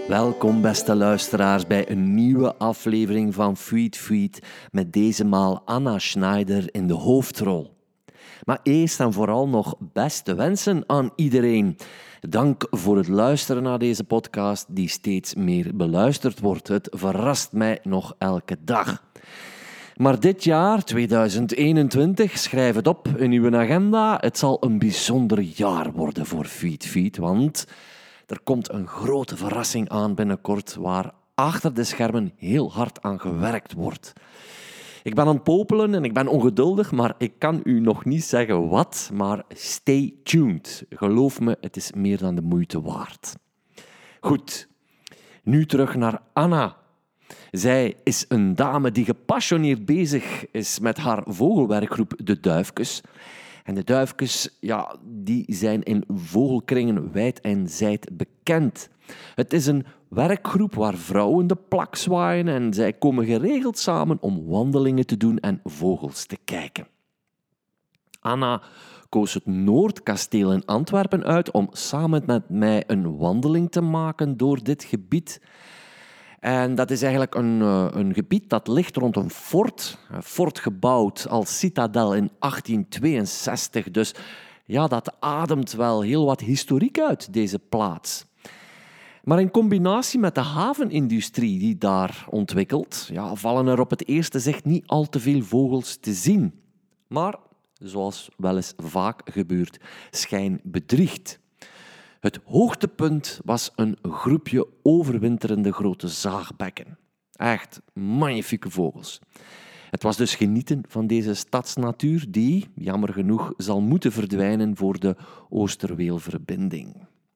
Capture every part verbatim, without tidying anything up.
Welkom beste luisteraars bij een nieuwe aflevering van Feed Feed met deze maal Anna Schneider in de hoofdrol. Maar eerst en vooral nog beste wensen aan iedereen. Dank voor het luisteren naar deze podcast die steeds meer beluisterd wordt. Het verrast mij nog elke dag. Maar dit jaar, tweeduizend eenentwintig, schrijf het op in uw agenda. Het zal een bijzonder jaar worden voor Feed Feed, want er komt een grote verrassing aan binnenkort waar achter de schermen heel hard aan gewerkt wordt. Ik ben aan het popelen en ik ben ongeduldig, maar ik kan u nog niet zeggen wat, maar stay tuned. Geloof me, het is meer dan de moeite waard. Goed, nu terug naar Anna. Zij is een dame die gepassioneerd bezig is met haar vogelwerkgroep De Duifkes. En de duifkes, ja, die zijn in vogelkringen wijd en zijd bekend. Het is een werkgroep waar vrouwen de plak zwaaien en zij komen geregeld samen om wandelingen te doen en vogels te kijken. Anna koos het Noordkasteel in Antwerpen uit om samen met mij een wandeling te maken door dit gebied. En dat is eigenlijk een, een gebied dat ligt rond een fort. Een fort gebouwd als citadel in achttien tweeënzestig. Dus ja, dat ademt wel heel wat historiek uit, deze plaats. Maar in combinatie met de havenindustrie die daar ontwikkelt, ja, vallen er op het eerste zicht niet al te veel vogels te zien. Maar, zoals wel eens vaak gebeurt, schijn bedriegt. Het hoogtepunt was een groepje overwinterende grote zaagbekken. Echt magnifieke vogels. Het was dus genieten van deze stadsnatuur die, jammer genoeg, zal moeten verdwijnen voor de Oosterweelverbinding.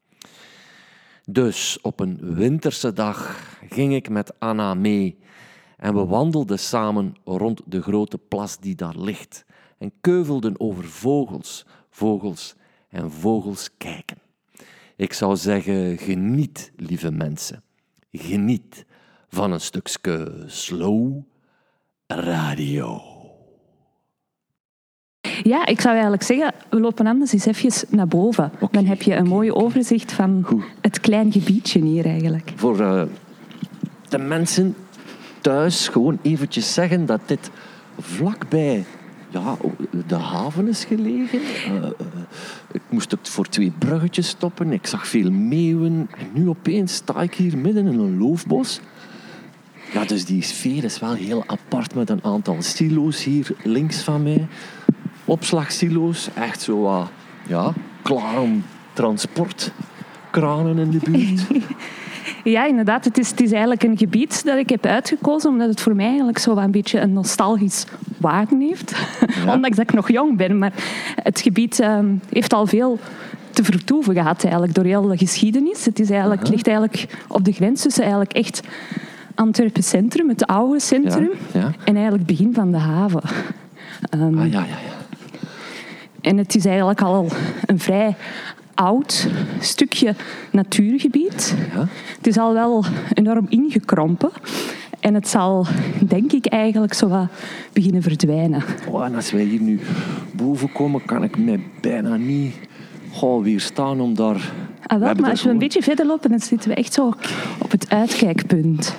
Dus op een winterse dag ging ik met Anna mee en we wandelden samen rond de grote plas die daar ligt en keuvelden over vogels, vogels en vogels kijken. Ik zou zeggen, geniet, lieve mensen. Geniet van een stukje slow radio. Ja, ik zou eigenlijk zeggen, we lopen anders eens even naar boven. Okay. Dan heb je een mooi overzicht van Goed. Het klein gebiedje hier eigenlijk. Voor uh, de mensen thuis gewoon eventjes zeggen dat dit vlakbij ja, de haven is gelegen. Uh, uh, ik moest het voor twee bruggetjes stoppen. Ik zag veel meeuwen. En nu opeens sta ik hier midden in een loofbos. Ja, dus die sfeer is wel heel apart met een aantal silo's hier links van mij. Opslagsilo's. Echt zo, uh, ja, klaar om transportkranen in de buurt. Ja, inderdaad. Het is, het is eigenlijk een gebied dat ik heb uitgekozen omdat het voor mij eigenlijk zo een beetje een nostalgisch waarde heeft. Ja. Ondanks dat ik nog jong ben. Maar het gebied uh, heeft al veel te vertoeven gehad eigenlijk door heel de geschiedenis. Het is eigenlijk, uh-huh. ligt eigenlijk op de grens tussen eigenlijk echt Antwerpen centrum, het oude centrum, ja, ja. en eigenlijk het begin van de haven. Um, ah, ja, ja, ja. En het is eigenlijk al een vrij oud stukje natuurgebied. Ja. Het is al wel enorm ingekrompen. En het zal, denk ik, eigenlijk zo wat beginnen verdwijnen. Oh, en als wij hier nu boven komen, kan ik mij bijna niet oh, weerstaan om daar... Ah, wel, maar als we gewoon... een beetje verder lopen, dan zitten we echt zo op het uitkijkpunt.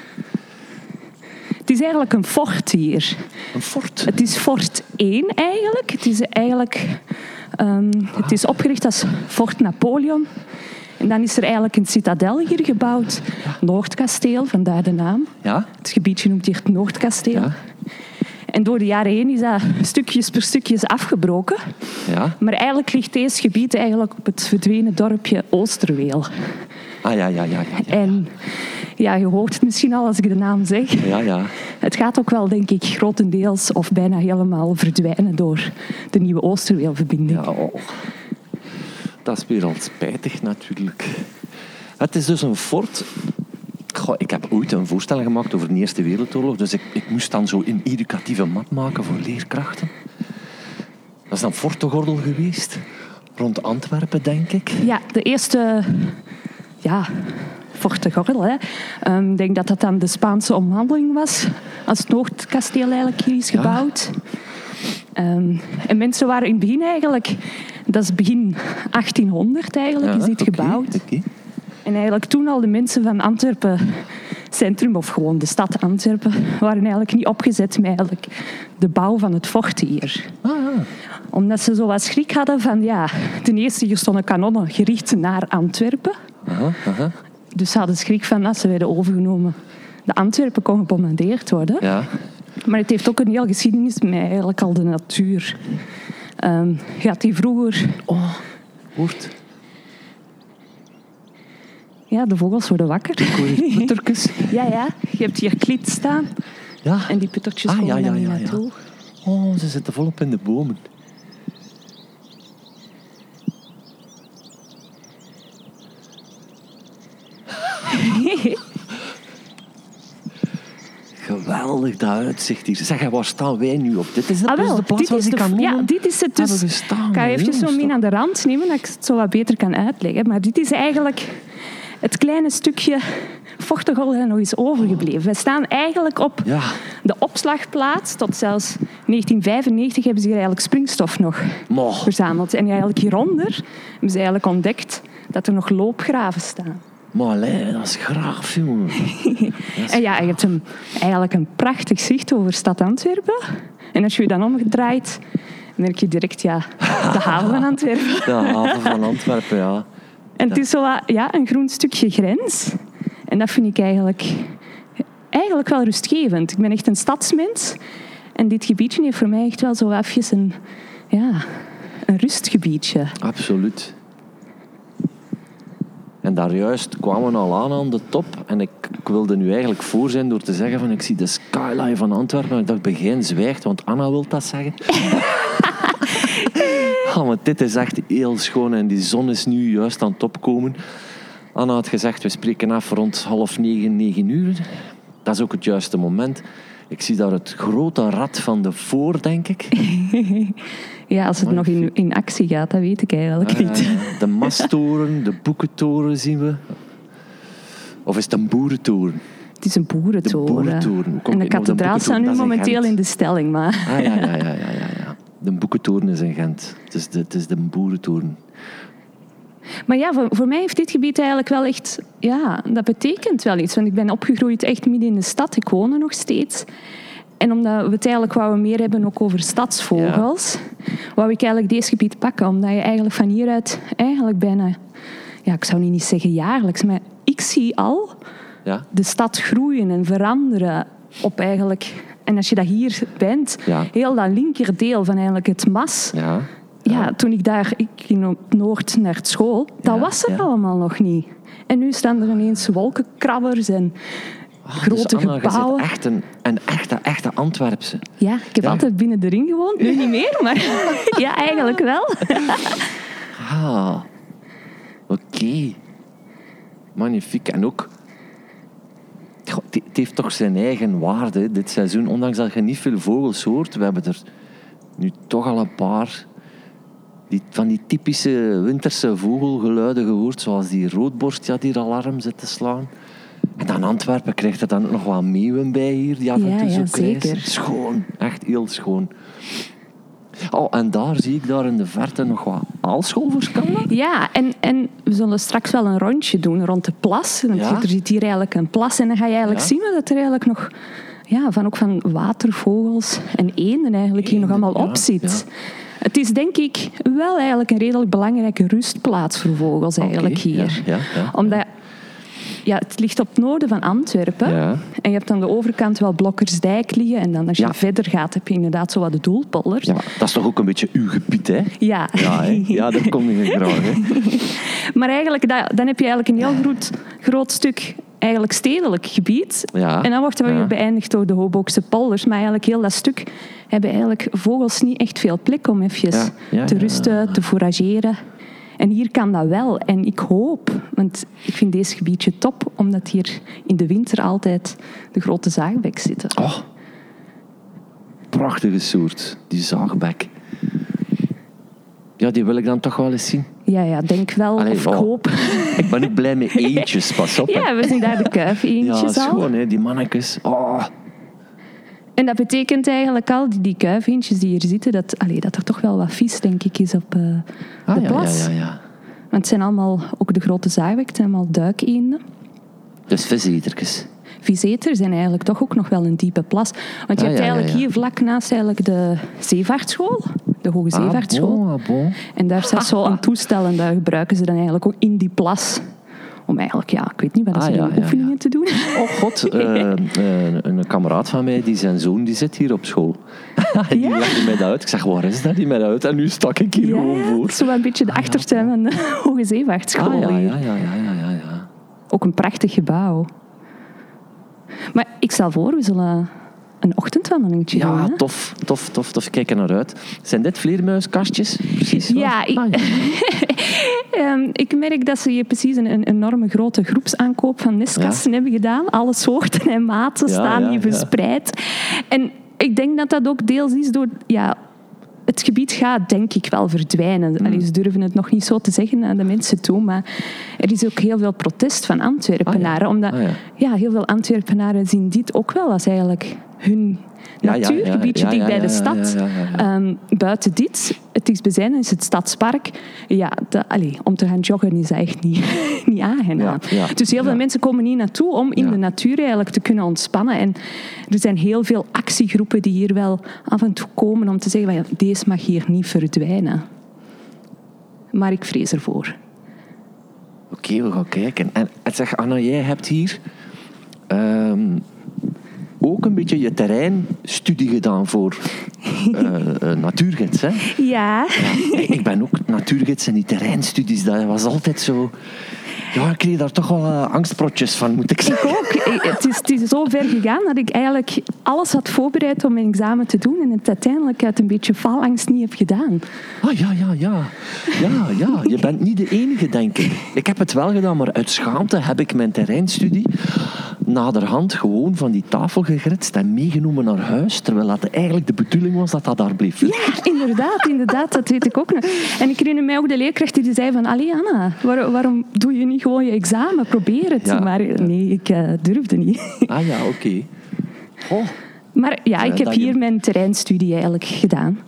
Het is eigenlijk een fort hier. Een fort? Het is fort één eigenlijk. Het is eigenlijk... Um, het is opgericht als Fort Napoleon. En dan is er eigenlijk een citadel hier gebouwd. Noordkasteel, vandaar de naam. Ja? Het gebiedje noemt hier het Noordkasteel. Ja. En door de jaren heen is dat stukjes per stukjes afgebroken. Ja? Maar eigenlijk ligt deze gebied eigenlijk op het verdwenen dorpje Oosterweel. Ah, ja, ja, ja. ja, ja. En ja, je hoort het misschien al als ik de naam zeg. Ja, ja. Het gaat ook wel, denk ik, grotendeels of bijna helemaal verdwijnen door de nieuwe Oosterweelverbinding. Ja, oh. Dat is weer al spijtig natuurlijk. Het is dus een fort. Goh, ik heb ooit een voorstelling gemaakt over de Eerste Wereldoorlog, dus ik, ik moest dan zo een educatieve mat maken voor leerkrachten. Dat is dan Fortegordel geweest, rond Antwerpen, denk ik. Ja, de eerste... Ja... Fortegordel. Ik um, denk dat dat dan de Spaanse omhandeling was, als het Noordkasteel eigenlijk hier is gebouwd. Ja. Um, en mensen waren in het begin eigenlijk, dat is begin achttienhonderd eigenlijk, ja, is dit okay, gebouwd. Okay. En eigenlijk toen al de mensen van Antwerpen centrum, of gewoon de stad Antwerpen, waren eigenlijk niet opgezet met eigenlijk de bouw van het fort hier. Ah, ja. Omdat ze zo wat schrik hadden van, ja, ten eerste hier stonden kanonnen gericht naar Antwerpen. Aha, aha. Dus ze hadden schrik van, als ze werden overgenomen, de Antwerpen kon gebombardeerd worden. Ja. Maar het heeft ook een heel geschiedenis met eigenlijk al de natuur. Um, je had die vroeger... Oh, hoort. Ja, de vogels worden wakker. Puttertjes. Ja, ja. Je hebt hier kliet staan. Ja. En die puttertjes Ah, komen ja, ja, dan hier ja, ja. naartoe. Oh, ze zitten volop in de bomen. Geweldig, dat uitzicht hier. Zeg, waar staan wij nu op? Dit is de, Ah, wel, de plaats dit waar is die de, kanonnen ja, dit is het dus. hebben gestaan. Ik ga even Jongens, zo mee toch? aan de rand nemen, dat ik het zo wat beter kan uitleggen. Maar dit is eigenlijk het kleine stukje Fortegol dat nog is overgebleven. We staan eigenlijk op Ja. de opslagplaats. Tot zelfs negentien vijfennegentig hebben ze hier eigenlijk springstof nog Maar, verzameld. En eigenlijk hieronder hebben ze eigenlijk ontdekt dat er nog loopgraven staan. maar lei, dat is graaf, jongen. En ja, je hebt een, eigenlijk een prachtig zicht over stad Antwerpen. En als je je dan omgedraait, merk je direct ja, de haven van Antwerpen. De haven van Antwerpen, ja. En het is zo wat, ja, een groen stukje grens. En dat vind ik eigenlijk, eigenlijk wel rustgevend. Ik ben echt een stadsmens. En dit gebiedje heeft voor mij echt wel zo even een, ja, een rustgebiedje. Absoluut. En daar juist kwamen we al aan aan de top. En ik, ik wilde nu eigenlijk voor zijn door te zeggen van ik zie de skyline van Antwerpen. En ik dacht, begin zwijgt, want Anna wil dat zeggen. Ah, maar dit is echt heel schoon en die zon is nu juist aan het opkomen. Anna had gezegd, we spreken af rond half negen, negen uur. Dat is ook het juiste moment. Ik zie daar het grote rad van de voor, denk ik. Ja, als het nog in, in actie gaat, dat weet ik eigenlijk Ah, ja, niet. ja. De masttoren, de boekentoren zien we. Of is het een boerentoren? Het is een boerentoren. De boerentoren. Hoe kom En de ik nou op de kathedraal staat boekentoren? nu Dat is in momenteel Gent. in de stelling. Maar... Ah, ja, ja, ja, ja, ja, ja. De boekentoren is in Gent. Het is de, het is de boerentoren. Maar ja, voor, voor mij heeft dit gebied eigenlijk wel echt... Ja, dat betekent wel iets. Want ik ben opgegroeid echt midden in de stad. Ik woon er nog steeds. En omdat we het eigenlijk wat we meer hebben ook over stadsvogels, ja, wou ik eigenlijk deze gebied pakken. Omdat je eigenlijk van hieruit eigenlijk bijna... Ja, ik zou niet zeggen jaarlijks, maar ik zie al Ja? de stad groeien en veranderen op eigenlijk... En als je dat hier bent, Ja. heel dat linkerdeel van eigenlijk het mas... Ja. Ja, toen ik daar ik ging op Noord naar school, dat Ja, was er ja. allemaal nog niet. En nu staan er ineens wolkenkrabbers en Oh, grote dus Anna, je gebouwen. bent echt een, een echte, echte Antwerpse. Ja, ik heb Ja. altijd binnen de ring gewoond. Nu niet meer, maar ja, eigenlijk wel. Ah, oké. Magnifiek. En ook... Goh, Het het heeft toch zijn eigen waarde, dit seizoen. Ondanks dat je niet veel vogels hoort. We hebben er nu toch al een paar... Die, van die typische winterse vogelgeluiden gehoord. Zoals die roodborst ja, die er alarm zit te slaan. En dan Antwerpen krijgt er dan ook nog wat meeuwen bij hier. Die af en Ja, toe ja, zo krijsen. zeker. Schoon. Echt heel schoon. Oh, en daar zie ik daar in de verte nog wat aalscholvers, kan dat? Ja, en, en we zullen straks wel een rondje doen rond de plas. Want Ja. er zit hier eigenlijk een plas. En dan ga je eigenlijk Ja. zien dat er eigenlijk nog... Ja, van, ook van watervogels en eenden eigenlijk hier nog Eenden, allemaal ja, op zit. ja. Het is denk ik wel eigenlijk een redelijk belangrijke rustplaats voor vogels eigenlijk Oké, hier. Ja, ja, ja. Omdat ja, het ligt op het noorden van Antwerpen. Ja. En je hebt aan de overkant wel Blokkersdijk liggen. En dan als je Ja. verder gaat, heb je inderdaad zo wat de Doelpolders. Ja, maar dat is toch ook een beetje uw gebied, hè? Ja. Ja, hè? Ja, daar kom je graag, hè? Maar eigenlijk, da- dan heb je eigenlijk een heel groot, groot stuk eigenlijk stedelijk gebied. Ja. En dan wordt dat weer Ja. beëindigd door de Hoboekse polders. Maar eigenlijk heel dat stuk hebben eigenlijk vogels niet echt veel plek om even Ja. Ja, te ja. rusten, te fourageren. En hier kan dat wel. En ik hoop, want ik vind deze gebiedje top, omdat hier in de winter altijd de grote zaagbek zitten. Oh, prachtige soort, die zaagbek. Ja, die wil ik dan toch wel eens zien. Ja, ja, denk wel, Allee, of ik oh. hoop. Ik ben ook blij met eentjes, pas op. hè. Ja, we zien daar de Ja, kuifeentjes dat is al. gewoon, hè, die mannetjes. Oh, En dat betekent eigenlijk al, die, die kuifeentjes die hier zitten, dat, allee, dat er toch wel wat vis, denk ik, is op eh, ah, de ja, plas. ja, ja, ja. Want het zijn allemaal, ook de grote zaagbek, het zijn allemaal duikeenden. Dus visetertjes. Viseters zijn eigenlijk toch ook nog wel een diepe plas. Want je Ah, hebt ja, eigenlijk ja, ja. hier vlak naast eigenlijk de zeevaartschool. De Hoge Zeevaartschool. Ah, bon, ah, bon. En daar staat zo een toestel en daar gebruiken ze dan eigenlijk ook in die plas. Om eigenlijk, ja, ik weet niet, wat is Ah, er ja, ja, oefeningen ja. te doen. Oh god, uh, uh, een kameraad van mij, die zijn zoon, die zit hier op school. En die Ja? legde mij dat uit. Ik zeg, waar is dat die mij dat uit? En nu stak ik hier Ja, gewoon voor. zo een beetje de achtertuin van de Hoge Zeevaartschool. Ah, ja, hier. ja, ja, ja, ja, ja, ja. Ook een prachtig gebouw. Maar ik stel voor, we zullen een ochtendwandelingetje doen. Ja, Hè? tof, tof, tof, tof. Kijk er naar uit. Zijn dit vleermuiskastjes? Precies. hoor. Ja, ik, Ah, ja. um, ik merk dat ze hier precies een, een enorme grote groepsaankoop van nestkasten hebben gedaan. Alle soorten en maten Ja, staan ja, hier ja. verspreid. En ik denk dat dat ook deels is door... Ja, het gebied gaat denk ik wel verdwijnen. Mm. Allee, ze durven het nog niet zo te zeggen aan de mensen toe, maar er is ook heel veel protest van Antwerpenaren. Ah, ja. Omdat Ah, ja. ja, heel veel Antwerpenaren zien dit ook wel als eigenlijk hun Ja, ja, natuurgebiedje ja, ja, dicht bij ja, de ja, stad. ja, ja, ja. Ehm, buiten dit, het dichtstbijzijn is het Stadspark. Ja, de, allee, om te gaan joggen is dat echt niet, niet aangenaam. Ja, ja, dus heel veel ja. mensen komen hier naartoe om in Ja. de natuur eigenlijk te kunnen ontspannen. En er zijn heel veel actiegroepen die hier wel af en toe komen om te zeggen, van, ja, deze mag hier niet verdwijnen. Maar ik vrees ervoor. Oké, we gaan kijken. En, en zeg, Anna, jij hebt hier ehm, ook een beetje je terreinstudie gedaan voor uh, uh, natuurgids, hè? Ja. Ja, ik ben ook natuurgids en die terreinstudies, dat was altijd zo... Ja, ik kreeg daar toch wel uh, angstprotjes van, moet ik zeggen. Ik ook. Het is, het is zo ver gegaan dat ik eigenlijk alles had voorbereid om mijn examen te doen en het uiteindelijk uit een beetje faalangst niet heb gedaan. Ah, ja, ja, ja. Ja, ja. Je bent niet de enige, denk ik. Ik heb het wel gedaan, maar uit schaamte heb ik mijn terreinstudie naderhand gewoon van die tafel gegritst en meegenomen naar huis, terwijl dat eigenlijk de bedoeling was dat dat daar bleef. Ja, inderdaad, inderdaad, dat weet ik ook nog. En ik herinner mij ook de leerkracht die zei van, allee Anna, waar, waarom doe je niet gewoon je examen? Probeer het. Ja. Maar nee, ik uh, durfde niet. Ah ja, oké. Okay. Oh. Maar ja, ik Uh, heb dat hier je- mijn terreinstudie eigenlijk gedaan.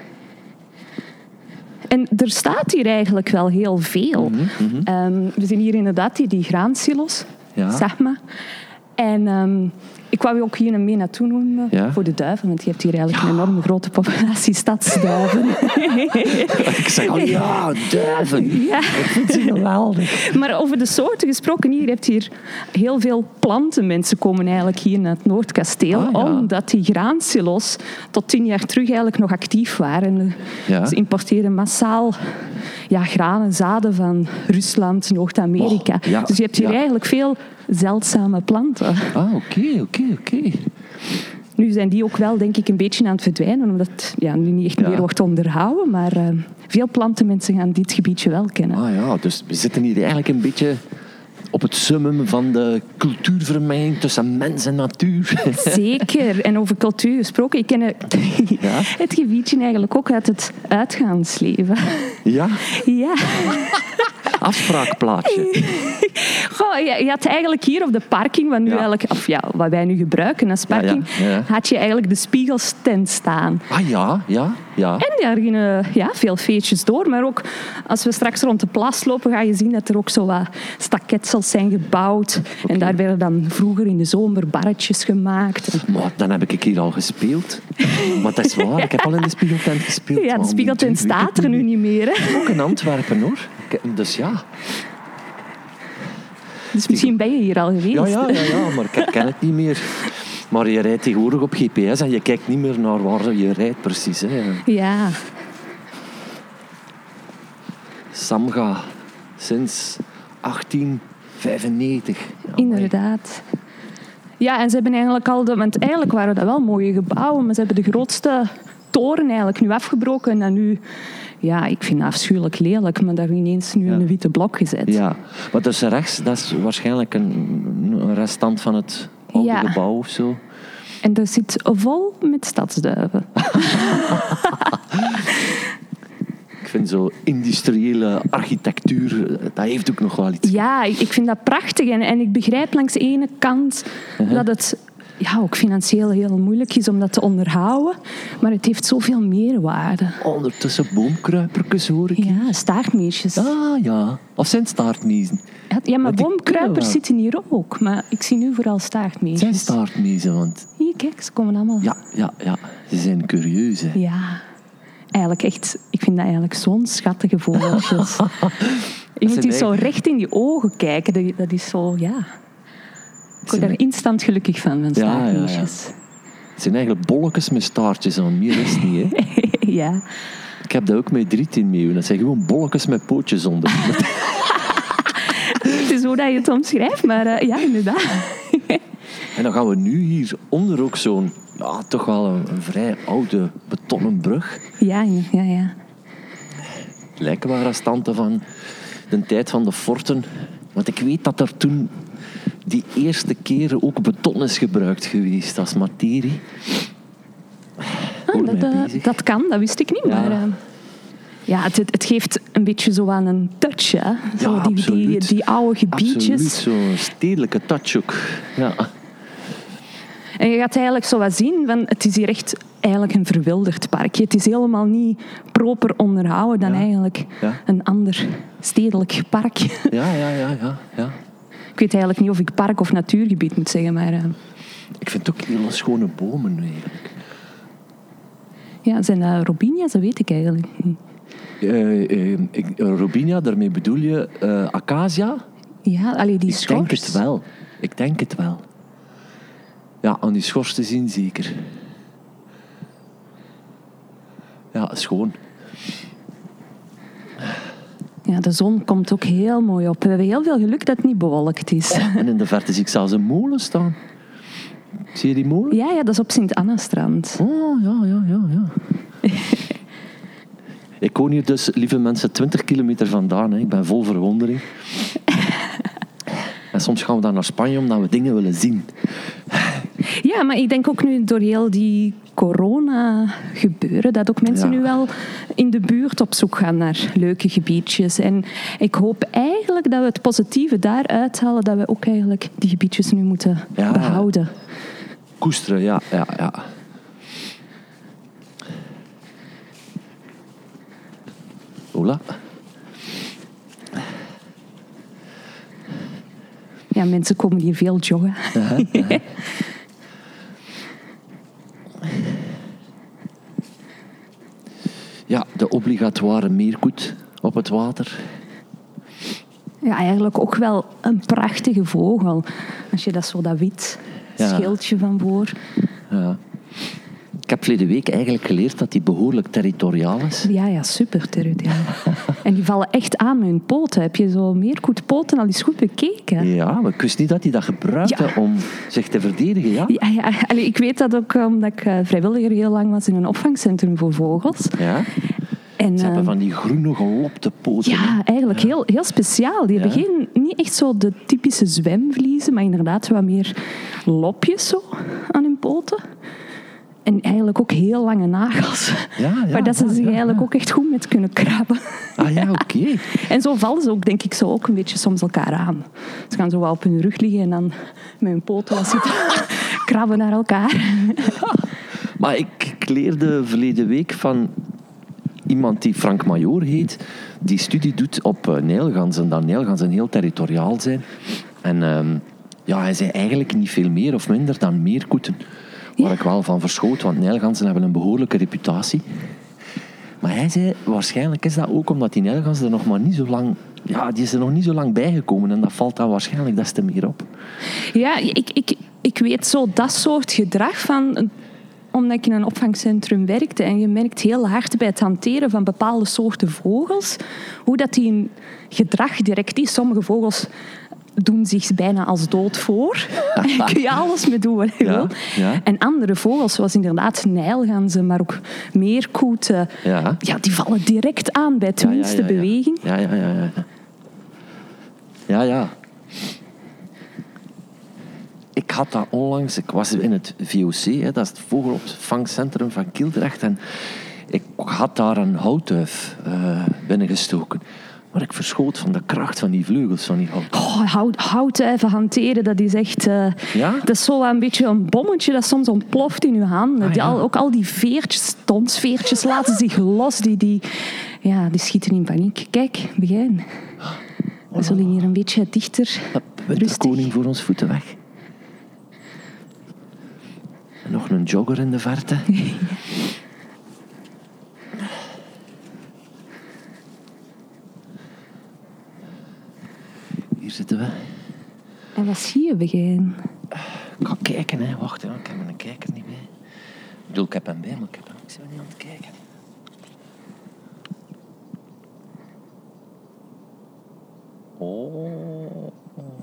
En er staat hier eigenlijk wel heel veel. Mhm, Um, we zien hier inderdaad die, die graansilos, Ja. zeg maar. En um, ik wou je ook hier een mee naartoe noemen Ja. voor de duiven, want je hebt hier eigenlijk een enorme grote populatie stadsduiven. Ik zeg al, ja, duiven. Ja. Ik vind ze geweldig. Maar over de soorten gesproken, hier heb je hier heel veel planten. Mensen komen eigenlijk hier naar het Noordkasteel, Ah, ja. omdat die graansilos tot tien jaar terug eigenlijk nog actief waren. En Ja. Ze importeren massaal ja, granen, zaden van Rusland, Noord-Amerika. Oh, ja, Dus je hebt hier ja. eigenlijk veel zeldzame planten. Ah, oké, oké, oké. Nu zijn die ook wel, denk ik, een beetje aan het verdwijnen, omdat het ja, nu niet echt Ja. meer wordt onderhouden. Maar uh, veel plantenmensen gaan dit gebiedje wel kennen. Ah ja, dus we zitten hier eigenlijk een beetje op het summum van de cultuurvermenging tussen mens en natuur. Zeker. En over cultuur gesproken, ik ken het, Ja? het gebiedje eigenlijk ook uit het uitgaansleven. Ja, Ja. afspraakplaatsje. Goh, je, je had eigenlijk hier op de parking, wat, nu Ja. eigenlijk, of ja, wat wij nu gebruiken als parking, Ja, ja, ja. had je eigenlijk de spiegelstand staan. Ah ja, ja, ja. En daar gingen ja, veel feestjes door. Maar ook als we straks rond de plas lopen, ga je zien dat er ook zo wat staketsels zijn gebouwd. Oké. En daar werden dan vroeger in de zomer barretjes gemaakt. Maar dan heb ik hier al gespeeld. Maar dat is waar, ik heb al in de spiegeltent gespeeld. Ja, Maar de om spiegeltent die duur weet staat ik er nu niet meer. Hè? Ook in Antwerpen, hoor. Ik- Dus ja. Dus misschien ben je hier al geweest. Ja, ja, ja, ja, maar ik herken het niet meer. Maar je rijdt tegenwoordig op G P S en je kijkt niet meer naar waar je rijdt, precies. Hè. Ja. Samga, sinds achttien vijfennegentig. Ja, Inderdaad. Ja, en ze hebben eigenlijk al... De, want eigenlijk waren dat wel mooie gebouwen, maar ze hebben de grootste toren eigenlijk nu afgebroken en dan nu... Ja, ik vind het afschuwelijk lelijk, maar daar ineens nu Ja. een witte blok gezet. Ja, maar dus rechts, dat is waarschijnlijk een, een restant van het oude Ja. gebouw of zo. En dat zit vol met stadsduiven. Ik vind zo industriële architectuur, dat heeft ook nog wel iets. Ja, ik ik vind dat prachtig. En, en ik begrijp langs de ene kant Uh-huh. dat het ja, ook financieel heel moeilijk is om dat te onderhouden. Maar het heeft zoveel meerwaarde. Ondertussen boomkruipertjes hoor ik. Ja, staartmeesjes. Ah ja, of zijn het staartmiezen? Ja, maar Maar die boomkruipers kunnen zitten hier ook. Maar ik zie nu vooral Het zijn staartmeesjes. staartmiezen, want Hier, kijk, ze komen allemaal... ja, ja, ja, ze zijn curieus. Hè. Ja, eigenlijk echt... Ik vind dat eigenlijk zo'n schattige vogeltjes. Je moet die zo recht in die ogen kijken. Dat- Dat is zo, ja... Ik word daar instant gelukkig van, van Ja, ja, ja. staartmeesjes. Het zijn eigenlijk bolletjes met staartjes aan, meer is het niet. Hè. Ja. Ik heb dat ook met drietien Dat zijn gewoon bolletjes met pootjes onder. Het is hoe dat je het omschrijft, maar uh, ja, inderdaad. En dan gaan we nu hier onder ook zo'n, ja, toch wel een, een vrij oude betonnen brug. Ja, ja, ja. Lijken wel restanten van de tijd van de forten. Want ik weet dat er toen die eerste keren ook beton is gebruikt geweest als materie. Ah, dat, uh, dat kan, dat wist ik niet. Ja. Maar uh, ja, het, het geeft een beetje zo aan een touch. Hè? Zo Ja, die, die, absoluut. die oude gebiedjes. Absoluut, zo'n stedelijke touch ook. Ja. En je gaat eigenlijk zo wat zien, van, het is hier echt eigenlijk een verwilderd parkje. Het is helemaal niet proper onderhouden dan Ja. eigenlijk Ja. een ander stedelijk park. Ja, ja, ja, ja, ja. Ik weet eigenlijk niet of ik park of natuurgebied moet zeggen, maar uh, Ik vind ook hele schone bomen eigenlijk. ja, zijn dat robinia's? Dat weet ik eigenlijk niet. Uh, uh, ik, uh, Robinia, daarmee bedoel je uh, acacia? Ja, allee, die Ik schors. denk het wel. Ik denk het wel. Ja, aan die schors te zien zeker. Ja, schoon. Ja, de zon komt ook heel mooi op. We hebben heel veel geluk dat het niet bewolkt is. En in de verte zie ik zelfs een molen staan. Zie je die molen? Ja, ja, dat is op Sint-Anna-strand. Oh, ja, ja, ja, ja. Ik woon hier dus, lieve mensen, twintig kilometer vandaan. Hè. Ik ben vol verwondering. En soms gaan we dan naar Spanje omdat we dingen willen zien. Ja, maar ik denk ook nu door heel die corona-gebeuren, dat ook mensen Ja. nu wel in de buurt op zoek gaan naar leuke gebiedjes. En ik hoop eigenlijk dat we het positieve daaruit halen, dat we ook eigenlijk die gebiedjes nu moeten Ja. behouden. Koesteren, ja, ja, ja. Hola. Ja, mensen komen hier veel joggen. Uh-huh, uh-huh. Ja, de obligatoire meerkoet op het water. Ja, eigenlijk ook wel een prachtige vogel. Als je dat zo, dat wit Ja. schildje van voor. Ja. Ik heb verleden week eigenlijk geleerd dat die behoorlijk territoriaal is. Ja, ja, super territoriaal. En die vallen echt aan met hun poten. Heb je zo meerkoetpoten al eens goed bekeken? Ja, maar ik wist niet dat hij dat gebruikte Ja. om zich te verdedigen. Ja? Ja, ja. Allee, ik weet dat ook omdat ik uh, vrijwilliger heel lang was in een opvangcentrum voor vogels. Ja? En, Ze hebben uh, van die groene gelopte poten. ja, eigenlijk heel, heel speciaal. Die Ja. hebben geen, niet echt zo de typische zwemvliezen, maar inderdaad wat meer lopjes zo aan hun poten. En eigenlijk ook heel lange nagels. Ja, ja, waar dat ze ja, zich ja, eigenlijk ja. ook echt goed met kunnen krabben. Ah ja, oké. En zo vallen ze ook, denk ik, zo ook een beetje soms elkaar aan. Ze gaan zo wel op hun rug liggen en dan met hun poten wat zitten krabben naar elkaar. Maar ik, ik leerde verleden week van iemand die Frank Major heet, die studie doet op uh, nijlganzen. Dat nijlganzen heel territoriaal zijn. En ehm, ja, hij zei eigenlijk niet veel meer of minder dan meerkoeten. Waar Ja. ik wel van verschoot, want nijlganzen hebben een behoorlijke reputatie. Maar hij zei, waarschijnlijk is dat ook omdat die nijlgans er nog maar niet zo lang... Ja, die is er nog niet zo lang bijgekomen en dat valt dan waarschijnlijk des te meer op. Ja, ik, ik, ik weet zo dat soort gedrag van... Omdat ik in een opvangcentrum werkte en je merkt heel hard bij het hanteren van bepaalde soorten vogels hoe dat die een gedrag direct is. Sommige vogels doen zich bijna als dood voor. Daar kun je alles mee doen wat je Ja, wil. ja. En andere vogels, zoals inderdaad nijlganzen, maar ook meerkoeten, Ja. ja, die vallen direct aan bij het Ja, ja, minste ja, ja. beweging. Ja, ja, ja, ja. Ja, ja. Ik had dat onlangs... Ik was in het V O C, hè, dat is het vogelopvangcentrum van Kildrecht. En ik had daar een houtduif uh, binnengestoken. Maar ik verschoot van de kracht van die vleugels van die hout. Oh, hout, hout even hanteren, dat is echt... Uh, Ja? Dat is zo een beetje een bommetje dat soms ontploft in je handen. Ah, Die ja. al, ook al die veertjes, tonsveertjes laten zich los. Die, die, ja, die schieten in paniek. Kijk, begin. We zullen hier een beetje dichter, Hup, rustig. winterkoning voor ons voeten weg. En nog een jogger in de verte. Hier zitten we. En wat zie je, begin? Ik ga kijken, hè. Wacht, hè. Ik heb mijn kijker niet bij. Ik bedoel, ik heb hem bij, maar ik heb hem ik ben niet aan het kijken. Oh.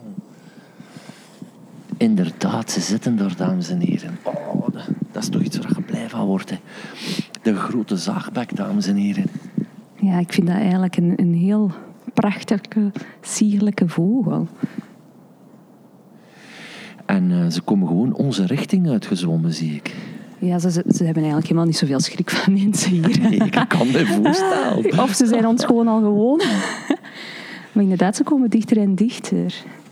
Inderdaad, ze zitten daar, dames en heren. Oh, dat, dat is toch iets waar je blij van wordt, hè. De grote zaagbek, dames en heren. Ja, ik vind dat eigenlijk een, een heel prachtige, sierlijke vogel. En uh, ze komen gewoon onze richting uitgezwommen, zie ik. Ja, ze, ze hebben eigenlijk helemaal niet zoveel schrik van mensen hier. Nee, ik kan me voorstellen. Of ze zijn ons gewoon al gewoon. Maar inderdaad, ze komen dichter en dichter.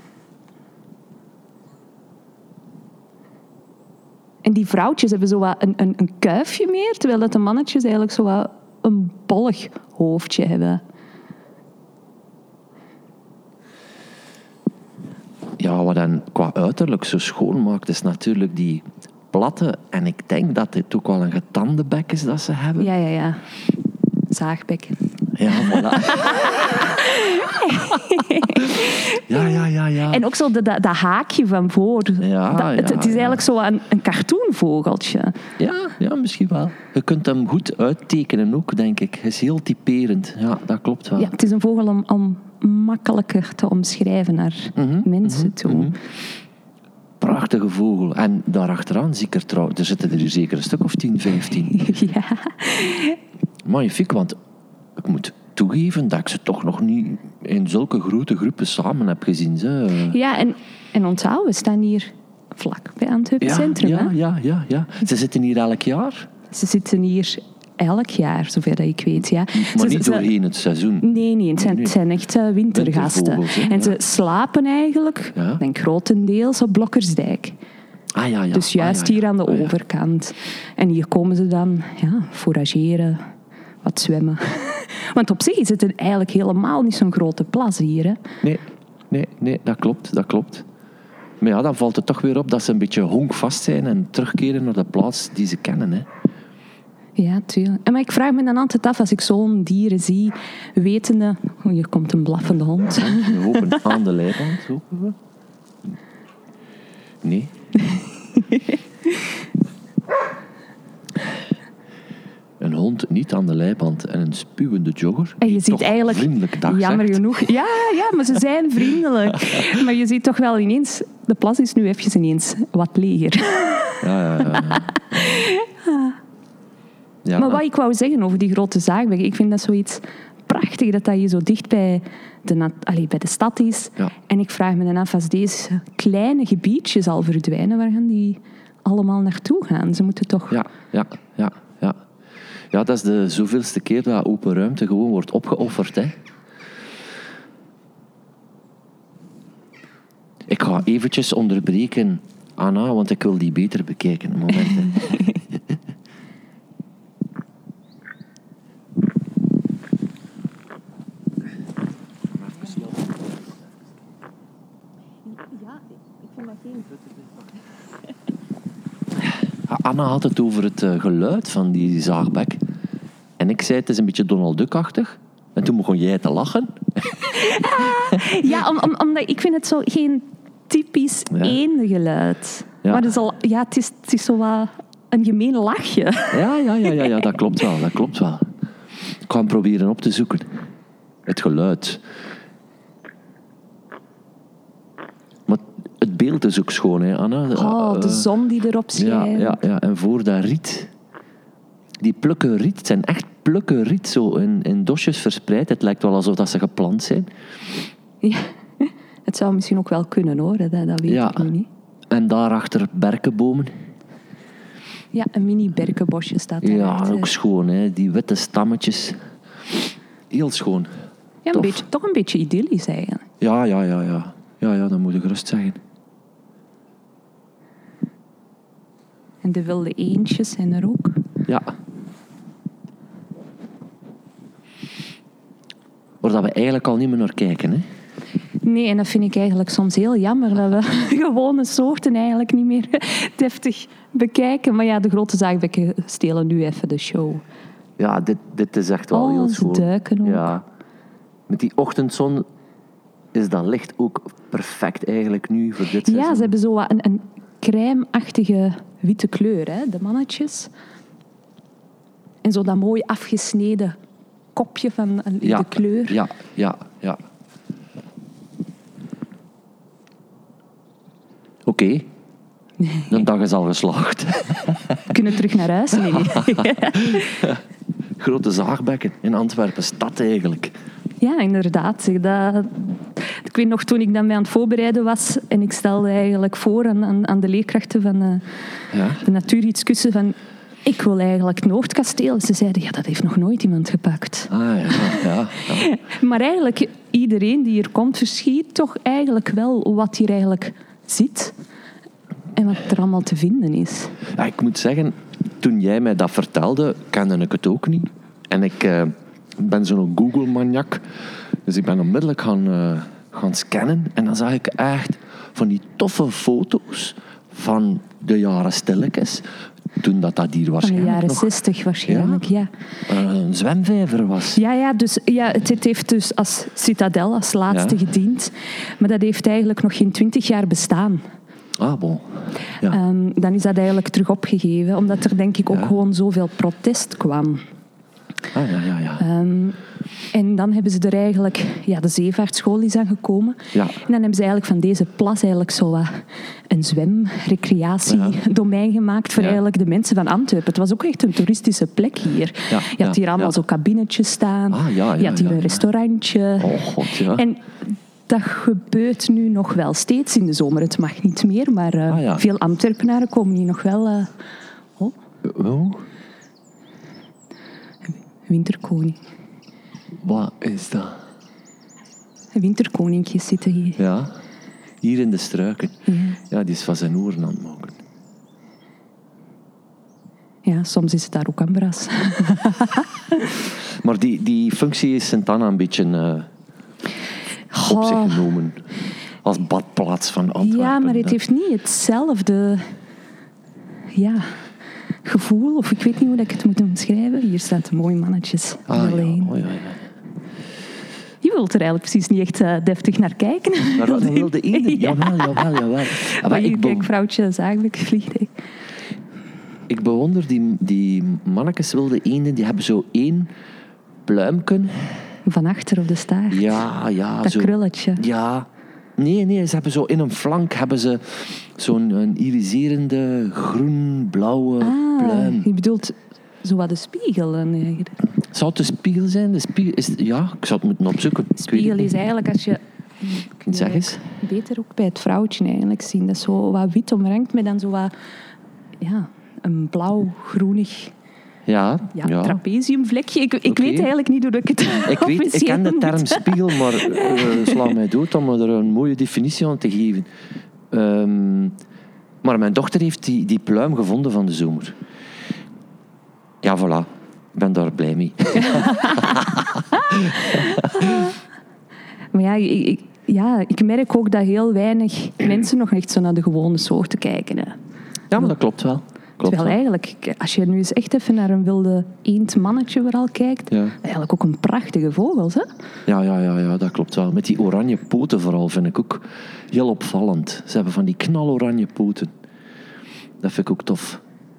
En die vrouwtjes hebben zo wat een, een, een kuifje meer, terwijl dat de mannetjes eigenlijk zo wat een bollig hoofdje hebben. Ja, wat dan qua uiterlijk zo schoon maakt, is natuurlijk die platte. En ik denk dat dit ook wel een getande bek is dat ze hebben. Ja, ja, ja. Zaagbek. Ja, voilà. ja, ja, ja, ja. En ook zo dat, dat, dat haakje van voor. Ja, dat, het, ja, het is eigenlijk ja. zo een, een cartoonvogeltje. Ja, ja, misschien wel. Je kunt hem goed uittekenen ook, denk ik. Hij is heel typerend. Ja, dat klopt wel. Ja, het is een vogel om, om makkelijker te omschrijven naar Mhm, mensen mhm, toe. mhm. Prachtige vogel. En daarachteraan zie ik er trouw... Er zitten er hier zeker een stuk of tien, vijftien. Ja. Magnifiek, want ik moet toegeven dat ik ze toch nog niet in zulke grote groepen samen heb gezien. Ze. Ja, en, en onthoud, we staan hier vlak bij Antwerpen Ja, Centrum. ja, Hè? ja, ja, ja. Ze zitten hier elk jaar, Ze zitten hier elk jaar, zover dat ik weet. Ja. maar Ze- niet ze- doorheen het seizoen. Nee, nee, het zijn, Nee. het zijn echt uh, wintergasten. Wintervogels, hè, En ja. ze slapen eigenlijk, Ja. ik denk grotendeels, op Blokkersdijk. Ah ja, ja. Dus juist ah, ja, ja. hier aan de Ah, ja. overkant. En hier komen ze dan ja, forageren, wat zwemmen. Want op zich is het eigenlijk helemaal niet zo'n grote plas hier. Hè. Nee, nee, nee, dat klopt, dat klopt. Maar ja, dan valt het toch weer op dat ze een beetje honkvast zijn en terugkeren naar de plaats die ze kennen. Hè. Ja, tuurlijk. En maar ik vraag me dan altijd af, als ik zo'n dieren zie, wetende... Oh, hier komt een blaffende hond. We hopen aan de leiband, hopen we. Nee. Een hond niet aan de leiband en een spuwende jogger. En je die ziet toch eigenlijk... vriendelijk dag jammer zegt. genoeg... Ja, ja, maar ze zijn vriendelijk. Maar je ziet toch wel ineens... De plas is nu even ineens wat leger. Ja, ja, ja. ja. ja Maar wat ik wou zeggen over die grote zaagbek, ik vind dat zoiets prachtig dat dat hier zo dicht bij de, nat- allee, bij de stad is. Ja. En ik vraag me dan af, als deze kleine gebiedjes al verdwijnen, waar gaan die allemaal naartoe gaan? Ze moeten toch... Ja, ja, ja, ja. Ja, dat is de zoveelste keer dat open ruimte gewoon wordt opgeofferd. Hè. Ik ga eventjes onderbreken, Anna, want ik wil die beter bekijken. Een moment, hè. Ja, ik vind dat geen... Anna had het over het uh, geluid van die zaagbek. En ik zei, het is een beetje Donald Duck-achtig. En toen begon jij te lachen. Ja, om, om, omdat ik vind het zo geen typisch Ja. eendengeluid. Ja. Maar het is, al, ja, het, is, het is zo wat een gemeen lachje. Ja, ja, ja, ja, ja, dat klopt wel, dat klopt wel. Ik ga hem proberen op te zoeken. Het geluid. Maar het beeld is ook schoon, hè, Anna? Oh, de Eh, zon die erop ja, schijnt. ja, ja, en voor dat riet. Die plukken riet, het zijn echt plukken riet, zo in, in dosjes verspreid. Het lijkt wel alsof dat ze geplant zijn. Ja. Het zou misschien ook wel kunnen, hoor. Dat, dat weet Ja. ik nu niet. En daarachter berkenbomen. Ja, een mini berkenbosje staat daar. Ja, ook schoon, hè. Die witte stammetjes. Heel schoon. Ja, een tof. beetje, toch een beetje idyllisch eigenlijk. Ja, ja, ja, ja. Ja, ja, dat moet ik gerust zeggen. En de wilde eendjes zijn er ook. Ja. Waar dat we eigenlijk al niet meer naar kijken, hè? Nee, en dat vind ik eigenlijk soms heel jammer, dat we gewone soorten eigenlijk niet meer deftig bekijken. Maar ja, de grote zaagbekken stelen nu even de show. Ja, dit, dit is echt wel Oh, heel ze schoon. duiken ook. Ja. Met die ochtendzon is dat licht ook perfect eigenlijk nu voor dit seizoen. Ja, ze hebben zo wat een, een crème-achtige witte kleur, hè, de mannetjes. En zo dat mooi afgesneden kopje van Ja, de kleur. Ja, ja, ja. Oké. Okay. De dag is al geslaagd. We kunnen terug naar huis, nee. Grote zaagbekken in Antwerpen, stad eigenlijk. Ja, inderdaad. Zeg, dat, ik weet nog, toen ik dan mee aan het voorbereiden was en ik stelde eigenlijk voor aan, aan, aan de leerkrachten van uh, Ja? de natuurheidskunde van ik wil eigenlijk Noordkasteel. Ze zeiden, ja, dat heeft nog nooit iemand gepakt. Ah, ja, ja, ja. Maar eigenlijk, iedereen die hier komt, verschiet toch eigenlijk wel wat hier eigenlijk zit. En wat er allemaal te vinden is. Ja, ik moet zeggen, toen jij mij dat vertelde, kende ik het ook niet. En ik uh, ben zo'n Google-maniak. Dus ik ben onmiddellijk gaan, uh, gaan scannen. En dan zag ik echt van die toffe foto's van de jaren stilletjes. Toen dat, dat hier waarschijnlijk van de jaren nog, zestig waarschijnlijk, ja. ja. Uh, een zwemvijver was. Ja, ja, dus, ja het, het heeft dus als citadel, als laatste ja. gediend. Maar dat heeft eigenlijk nog geen twintig jaar bestaan. Ah, bon. Ja. Um, dan is dat eigenlijk terug opgegeven, omdat er denk ik ook ja. gewoon zoveel protest kwam. Ah, ja, ja, ja. Um, en dan hebben ze er eigenlijk... Ja, de zeevaartschool is aangekomen. Ja. En dan hebben ze eigenlijk van deze plas eigenlijk zo wat een zwem-recreatiedomein ja. gemaakt voor ja. eigenlijk de mensen van Antwerpen. Het was ook echt een toeristische plek hier. Ja. Je had hier allemaal ja. zo kabinetjes staan. Ah, ja, ja, je had hier ja, een ja. restaurantje. Oh, god, ja. En dat gebeurt nu nog wel steeds in de zomer. Het mag niet meer, maar uh, ah, ja. veel Antwerpenaren komen hier nog wel... Uh, oh. Oh. Winterkoning. Wat is dat? Winterkoninkjes zitten hier. Ja, hier in de struiken. Ja, ja die is van zijn oren aan het maken. Ja, soms is het daar ook ambras. Maar die, die functie is Sint-Anna een beetje uh, op zich genomen. Als badplaats van Antwerpen. Ja, maar het heeft niet hetzelfde... Ja... gevoel, of ik weet niet hoe ik het moet omschrijven. Hier staan de mooie mannetjes. Ah, ja. Oh, ja, ja. Je wilt er eigenlijk precies niet echt uh, deftig naar kijken. Maar dat wilde eenden. Ja. Jawel, jawel, jawel. Maar, maar hier, kijk, vrouwtje, zaaglijk vliegt. Hè. Ik bewonder die, die mannetjes wilde eenden, die hebben zo één pluimken. Van achter op de staart. Ja, ja. Dat zo, krulletje. Ja. Nee, nee, ze hebben zo in een flank hebben ze zo'n een iriserende groen-blauwe ah, pluim. Je bedoelt zo wat de spiegel? Dan. Zou het de spiegel zijn? De spiegel is, ja, ik zou het moeten opzoeken. De spiegel is eigenlijk als je... Zeg eens. Beter ook bij het vrouwtje eigenlijk zien. Dat is zo wat wit omringd met dan zo wat... Ja, een blauw-groenig... Ja, ja, ja. trapeziumvlekje. Ik, ik okay. weet eigenlijk niet hoe ik het ik weet, ik ken de term spiegel, maar uh, sla mij dood om er een mooie definitie aan te geven. Um, maar mijn dochter heeft die, die pluim gevonden van de zomer. Ja, voilà. Ik ben daar blij mee. Maar ja ik, ja, ik merk ook dat heel weinig mensen nog echt zo naar de gewone soorten kijken. Hè. Ja, maar dat klopt wel. Klopt Terwijl wel. eigenlijk, als je nu eens echt even naar een wilde eendmannetje vooral kijkt, ja. eigenlijk ook een prachtige vogels, hè? Ja, ja, ja, ja, dat klopt wel. Met die oranje poten vooral vind ik ook heel opvallend. Ze hebben van die knaloranje poten. Dat vind ik ook tof.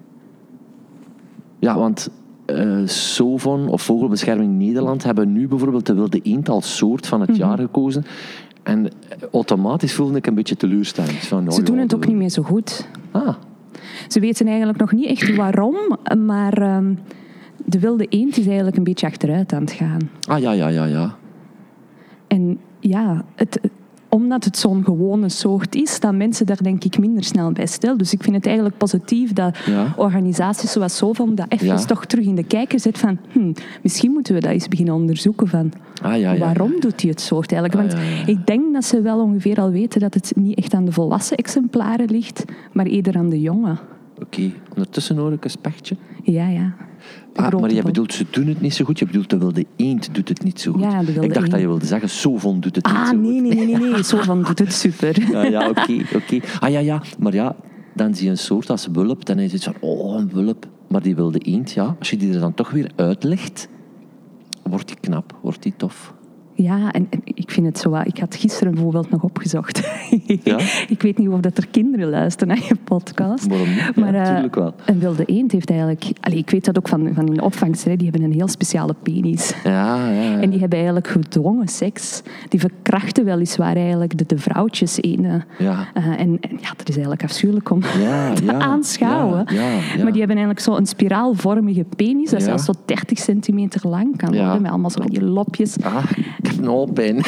Ja, want uh, Sovon of Vogelbescherming Nederland hebben nu bijvoorbeeld de wilde eend als soort van het mm-hmm. jaar gekozen. En automatisch voelde ik een beetje teleurstelling. Van, oh, Ze doen ja, het de... ook niet meer zo goed. Ah. Ze weten eigenlijk nog niet echt waarom, maar um, de wilde eend is eigenlijk een beetje achteruit aan het gaan. Ah, ja, ja, ja, ja. En ja, het, omdat het zo'n gewone soort is, dat mensen daar denk ik minder snel bij stellen. Dus ik vind het eigenlijk positief dat Ja. organisaties zoals Sovon dat even Ja. toch terug in de kijker zet van hm, misschien moeten we dat eens beginnen onderzoeken van Ah, ja, ja, waarom ja. doet hij het soort eigenlijk. Ah, Want ja, ja. ik denk dat ze wel ongeveer al weten dat het niet echt aan de volwassen exemplaren ligt, maar eerder aan de jonge. Oké, okay. Ondertussen hoor ik een spechtje. Ja, ja. De Ah, grote maar je bol. bedoelt, ze doen het niet zo goed. Je bedoelt, de wilde eend doet het niet zo goed. Ja, de wilde ik dacht eend. dat je wilde zeggen, Sovon doet het niet Ah, zo nee, goed. nee, nee, nee, nee. Sovon doet het super. Ja, ja, oké, okay, oké. Okay. Ah, ja, ja. Maar ja, dan zie je een soort als wulp. Dan is het van, oh, een wulp. Maar die wilde eend, ja. Als je die er dan toch weer uitlegt, wordt die knap, wordt die tof. Ja, en, en ik vind het zo... wat- Ik had gisteren bijvoorbeeld nog opgezocht. Ja? Ik weet niet of dat er kinderen luisteren naar je podcast. Waarom niet? Ja, Maar eh, tuurlijk wel. een wilde eend heeft eigenlijk... Allee, ik weet dat ook van, van in de opvangst. Hè, die hebben een heel speciale penis. Ja, ja, ja. En die hebben eigenlijk gedwongen seks. Die verkrachten weliswaar eigenlijk de, de vrouwtjes ene. Ja. Uh, en, en ja, dat is eigenlijk afschuwelijk om Ja, te ja, aanschouwen. ja, ja, ja. Maar die hebben eigenlijk zo een spiraalvormige penis, dat Ja. zelfs tot dertig centimeter lang kan Ja. worden, met allemaal zo van die lopjes. Ah, knolpijn.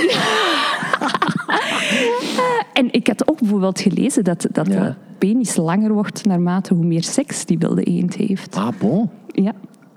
En ik had ook bijvoorbeeld gelezen dat, dat Ja. de penis langer wordt naarmate hoe meer seks die wilde eend heeft. Ah, bon. Ja.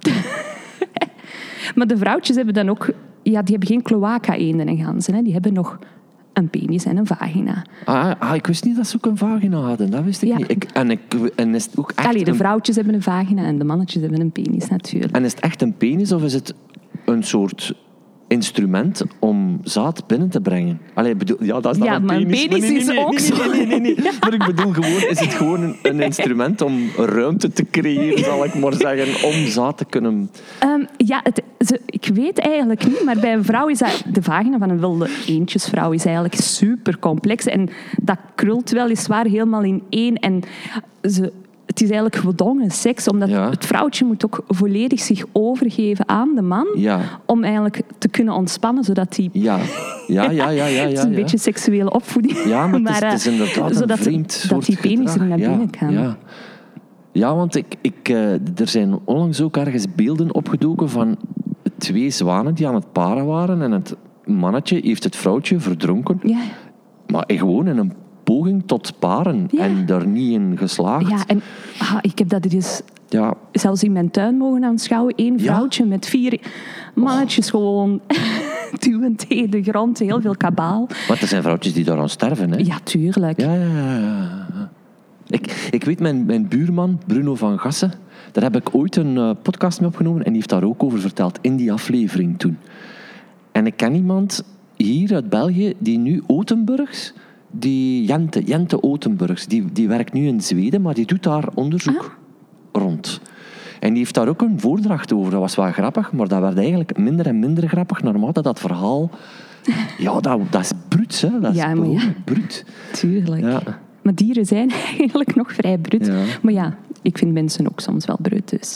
Maar de vrouwtjes hebben dan ook... Ja, die hebben geen cloaca-eenden en ganzen. Hè. Die hebben nog een penis en een vagina. Ah, ah, ik wist niet dat ze ook een vagina hadden. Dat wist ik Ja. niet. Ik, en, ik, en is het ook echt Allee, de een, vrouwtjes hebben een vagina en de mannetjes hebben een penis natuurlijk. en is het echt een penis of is het een soort instrument om zaad binnen te brengen? Allee, bedoel, ja, dat is dan Ja, een maar een penis. penis nee, nee, is nee, ook nee, zo. Nee, nee, nee, nee, nee. Maar ik bedoel gewoon, is het gewoon een, een instrument om ruimte te creëren, zal ik maar zeggen, om zaad te kunnen... Um, ja, het, ze, ik weet eigenlijk niet, maar bij een vrouw is dat... De vagina van een wilde eendjesvrouw is eigenlijk super complex. En dat krult weliswaar helemaal in één. En ze... Het is eigenlijk gedwongen seks, omdat Ja. het vrouwtje moet ook volledig zich overgeven aan de man, Ja. om eigenlijk te kunnen ontspannen, zodat hij... Ja, ja, ja, ja, ja. Het ja, is een ja. beetje seksuele opvoeding. Ja, maar het is, het is eh, inderdaad een zodat, vreemd soort dat die penis er gedrag. naar Ja, binnen kan. Ja, ja want ik, ik, uh, er zijn onlangs ook ergens beelden opgedoken van twee zwanen die aan het paren waren en het mannetje heeft het vrouwtje verdronken. Ja. Maar gewoon in een poging tot paren Ja. en daar niet in geslaagd. Ja, en ah, ik heb dat dus Ja, zelfs in mijn tuin mogen aanschouwen. Eén Ja? vrouwtje met vier mannetjes gewoon duwend tegen de grond. Heel veel kabaal. want er zijn vrouwtjes die daaraan sterven. Hè? Ja, tuurlijk. Ja, ja, ja, ja. Ik, ik weet, mijn, mijn buurman, Bruno van Gassen, daar heb ik ooit een uh, podcast mee opgenomen en die heeft daar ook over verteld in die aflevering toen. En ik ken iemand hier uit België die nu Otenburgs, die Jente, Jente Otenburgs, die, die werkt nu in Zweden, maar die doet daar onderzoek rond. En die heeft daar ook een voordracht over. Dat was wel grappig, maar dat werd eigenlijk minder en minder grappig naarmate dat verhaal... Ja, dat, dat is bruut, hè. Dat is Ja, maar ja. behoorlijk bruut. Tuurlijk. Ja. Maar dieren zijn eigenlijk nog vrij bruut. Ja. Maar ja, ik vind mensen ook soms wel bruut, dus.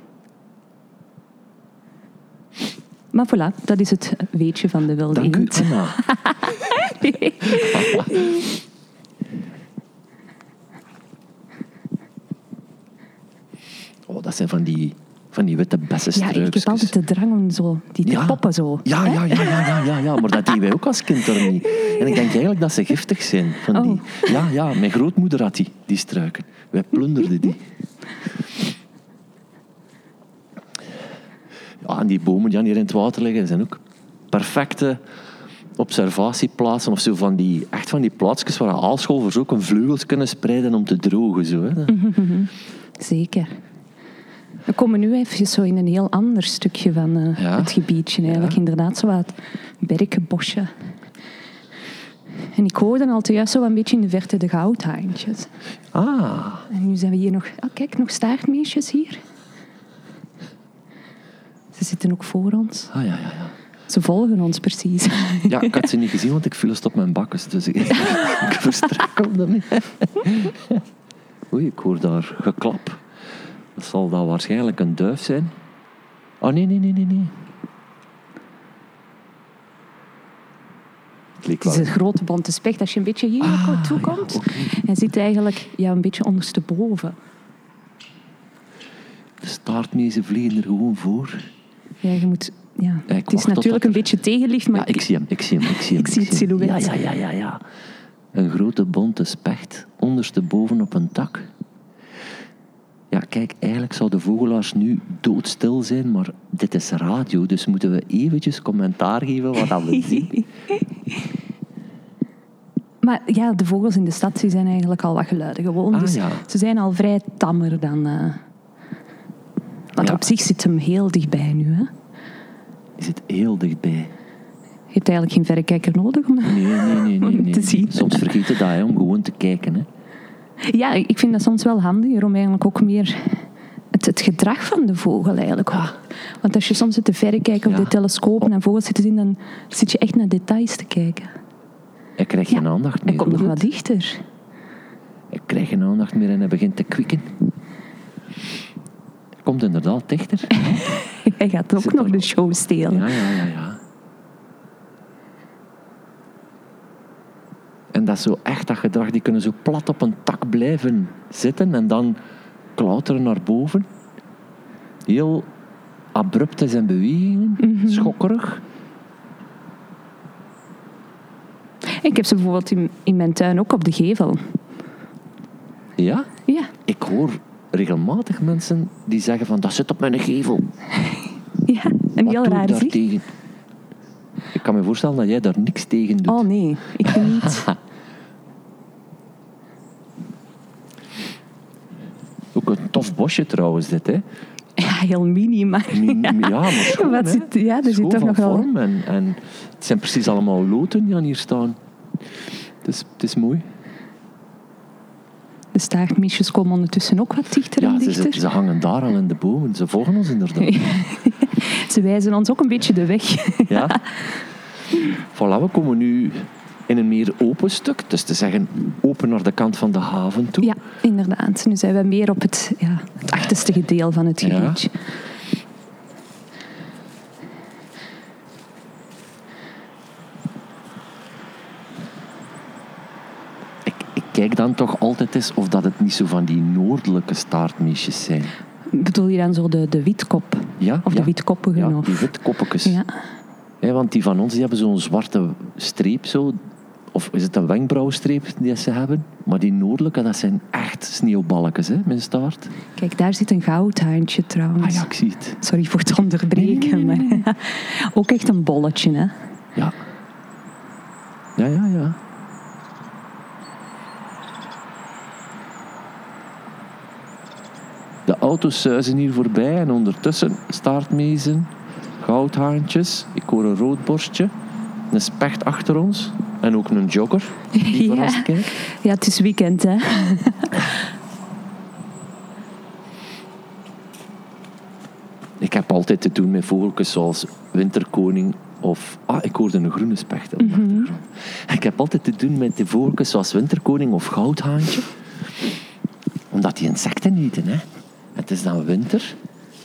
Maar voilà, dat is het weetje van de wilde Dank u, eend. Anna. Oh, dat zijn van die, van die witte Ja, bessenstruikjes. ik heb altijd de drang om zo, die te Ja. poppen zo. Ja, ja, ja, ja, ja, ja, ja, maar dat deden wij ook als kind er niet. En ik denk eigenlijk dat ze giftig zijn. Van die. Ja, ja, mijn grootmoeder had die, die struiken. Wij plunderden die. Ja, en die bomen die hier in het water liggen, zijn ook perfecte observatieplaatsen. Of zo van die, echt van die plaatsjes waar aalscholvers ook hun vleugels kunnen spreiden om te drogen. Zo, hè. Zeker. We komen nu even zo in een heel ander stukje van uh, Ja. het gebiedje. Eigenlijk Ja. inderdaad zo wat berkenbosje. En ik hoorde al te juist zo een beetje in de verte de goudhaantjes. Ah, En nu zijn we hier nog... Oh, kijk, nog staartmeesjes hier. Ze zitten ook voor ons. ah ja, ja, ja. Ze volgen ons precies. Ja, ik had ze niet gezien, want ik viel op mijn bakkes. Dus ik, ik verstrakelde me. Oei, ik hoor daar geklap. Dat zal dan waarschijnlijk een duif zijn. Oh, nee, nee, nee, nee, nee. Het leek Het is wel... een grote bonte specht. Als je een beetje hier Ah, naartoe ja, komt, oké. hij zit eigenlijk ja, een beetje ondersteboven. De staartmezen vliegen er gewoon voor. Ja, je moet ja, Ja, ik het is wacht natuurlijk tot een er- beetje tegenlicht, maar Ja, ik zie hem, ik zie hem, ik zie hem. Ik zie het hem. silhouet. Ja, ja, ja, ja, ja. Een grote bonte specht, ondersteboven op een tak. Ja, kijk, eigenlijk zouden vogelaars nu doodstil zijn, maar dit is radio, dus moeten we eventjes commentaar geven wat dat we zien. Maar ja, de vogels in de stad die zijn eigenlijk al wat geluiden gewoon. Ah, Dus ja. ze zijn al vrij tammer dan... eh, want Ja. op zich zit hem heel dichtbij nu. Hè? Die zit heel dichtbij. Je hebt eigenlijk geen verrekijker nodig om, Nee, nee, nee, nee. om nee. te zien. Soms vergeet je dat, hè, om gewoon te kijken. Hè. Ja, ik vind dat soms wel handiger om eigenlijk ook meer het, het gedrag van de vogel eigenlijk ook. Want als je soms zit te verrekijken of Ja. de telescopen en vogels zitten zien, dan zit je echt naar details te kijken. Hij krijgt geen aandacht Hij meer. komt nog hoor wat het. dichter. Hij krijgt geen aandacht meer en hij begint te kwikken. Hij komt inderdaad dichter. Hij gaat ook Zit nog er- de show stelen. Ja, ja, ja, ja. En dat is zo echt dat gedrag, die kunnen zo plat op een tak blijven zitten en dan klauteren naar boven. Heel abrupt in zijn bewegingen, schokkerig. Ik heb ze bijvoorbeeld in, in mijn tuin ook op de gevel. Ja, Ja, ik hoor regelmatig mensen die zeggen van, dat zit op mijn gevel. ja. een Wat heel doe ik raar daar zicht. tegen? Ik kan me voorstellen dat jij daar niks tegen doet. Oh nee, ik niet. Ook een tof bosje trouwens, dit, hè. Ja, heel mini, maar... Mi- ja. Ja, maar schoon, Wat hè. zit- ja, er zit Schoon toch van nog wel- vorm en, en het zijn precies allemaal loten die aan hier staan. Het is, het is mooi. De staartmiesjes komen ondertussen ook wat dichter Ja, en ze, dichter. zitten- ze hangen daar al in de bomen. Ze volgen ons inderdaad. Ze wijzen ons ook een beetje de weg. Ja. Voilà, we komen nu in een meer open stuk. Dus te zeggen, open naar de kant van de haven toe. Ja, inderdaad. Nu zijn we meer op het, ja, het achterste deel van het Ja. gebied. Ik, ik kijk dan toch altijd eens of dat het niet zo van die noordelijke staartmeesjes zijn. Bedoel je dan zo de, de witkop? Ja, Of ja. de witkoppigen? Ja, of... die witkoppetjes. Ja. Hè, want die van ons die hebben zo'n zwarte streep zo. Of is het een wenkbrauwstreep die ze hebben? Maar die noordelijke, dat zijn echt sneeuwballetjes, hè, met staart. Kijk, daar zit een goudhaantje trouwens. Ah ja, ik zie het. Sorry voor het onderbreken, Nee, nee, nee, maar ook echt een bolletje, hè? Ja. Ja, ja, ja. De auto's zuizen hier voorbij en ondertussen staartmezen, goudhaantjes. Ik hoor een roodborstje, een specht achter ons en ook een jogger die Ja. verrast kijkt. Ja, het is weekend, hè? Ik heb altijd te doen met vogeltjes zoals winterkoning of... Ah, ik hoorde een groene specht in de achtergrond. Ik heb altijd te doen met de vogeltjes zoals winterkoning of goudhaantje. Omdat die insecten eten, hè. Het is dan winter.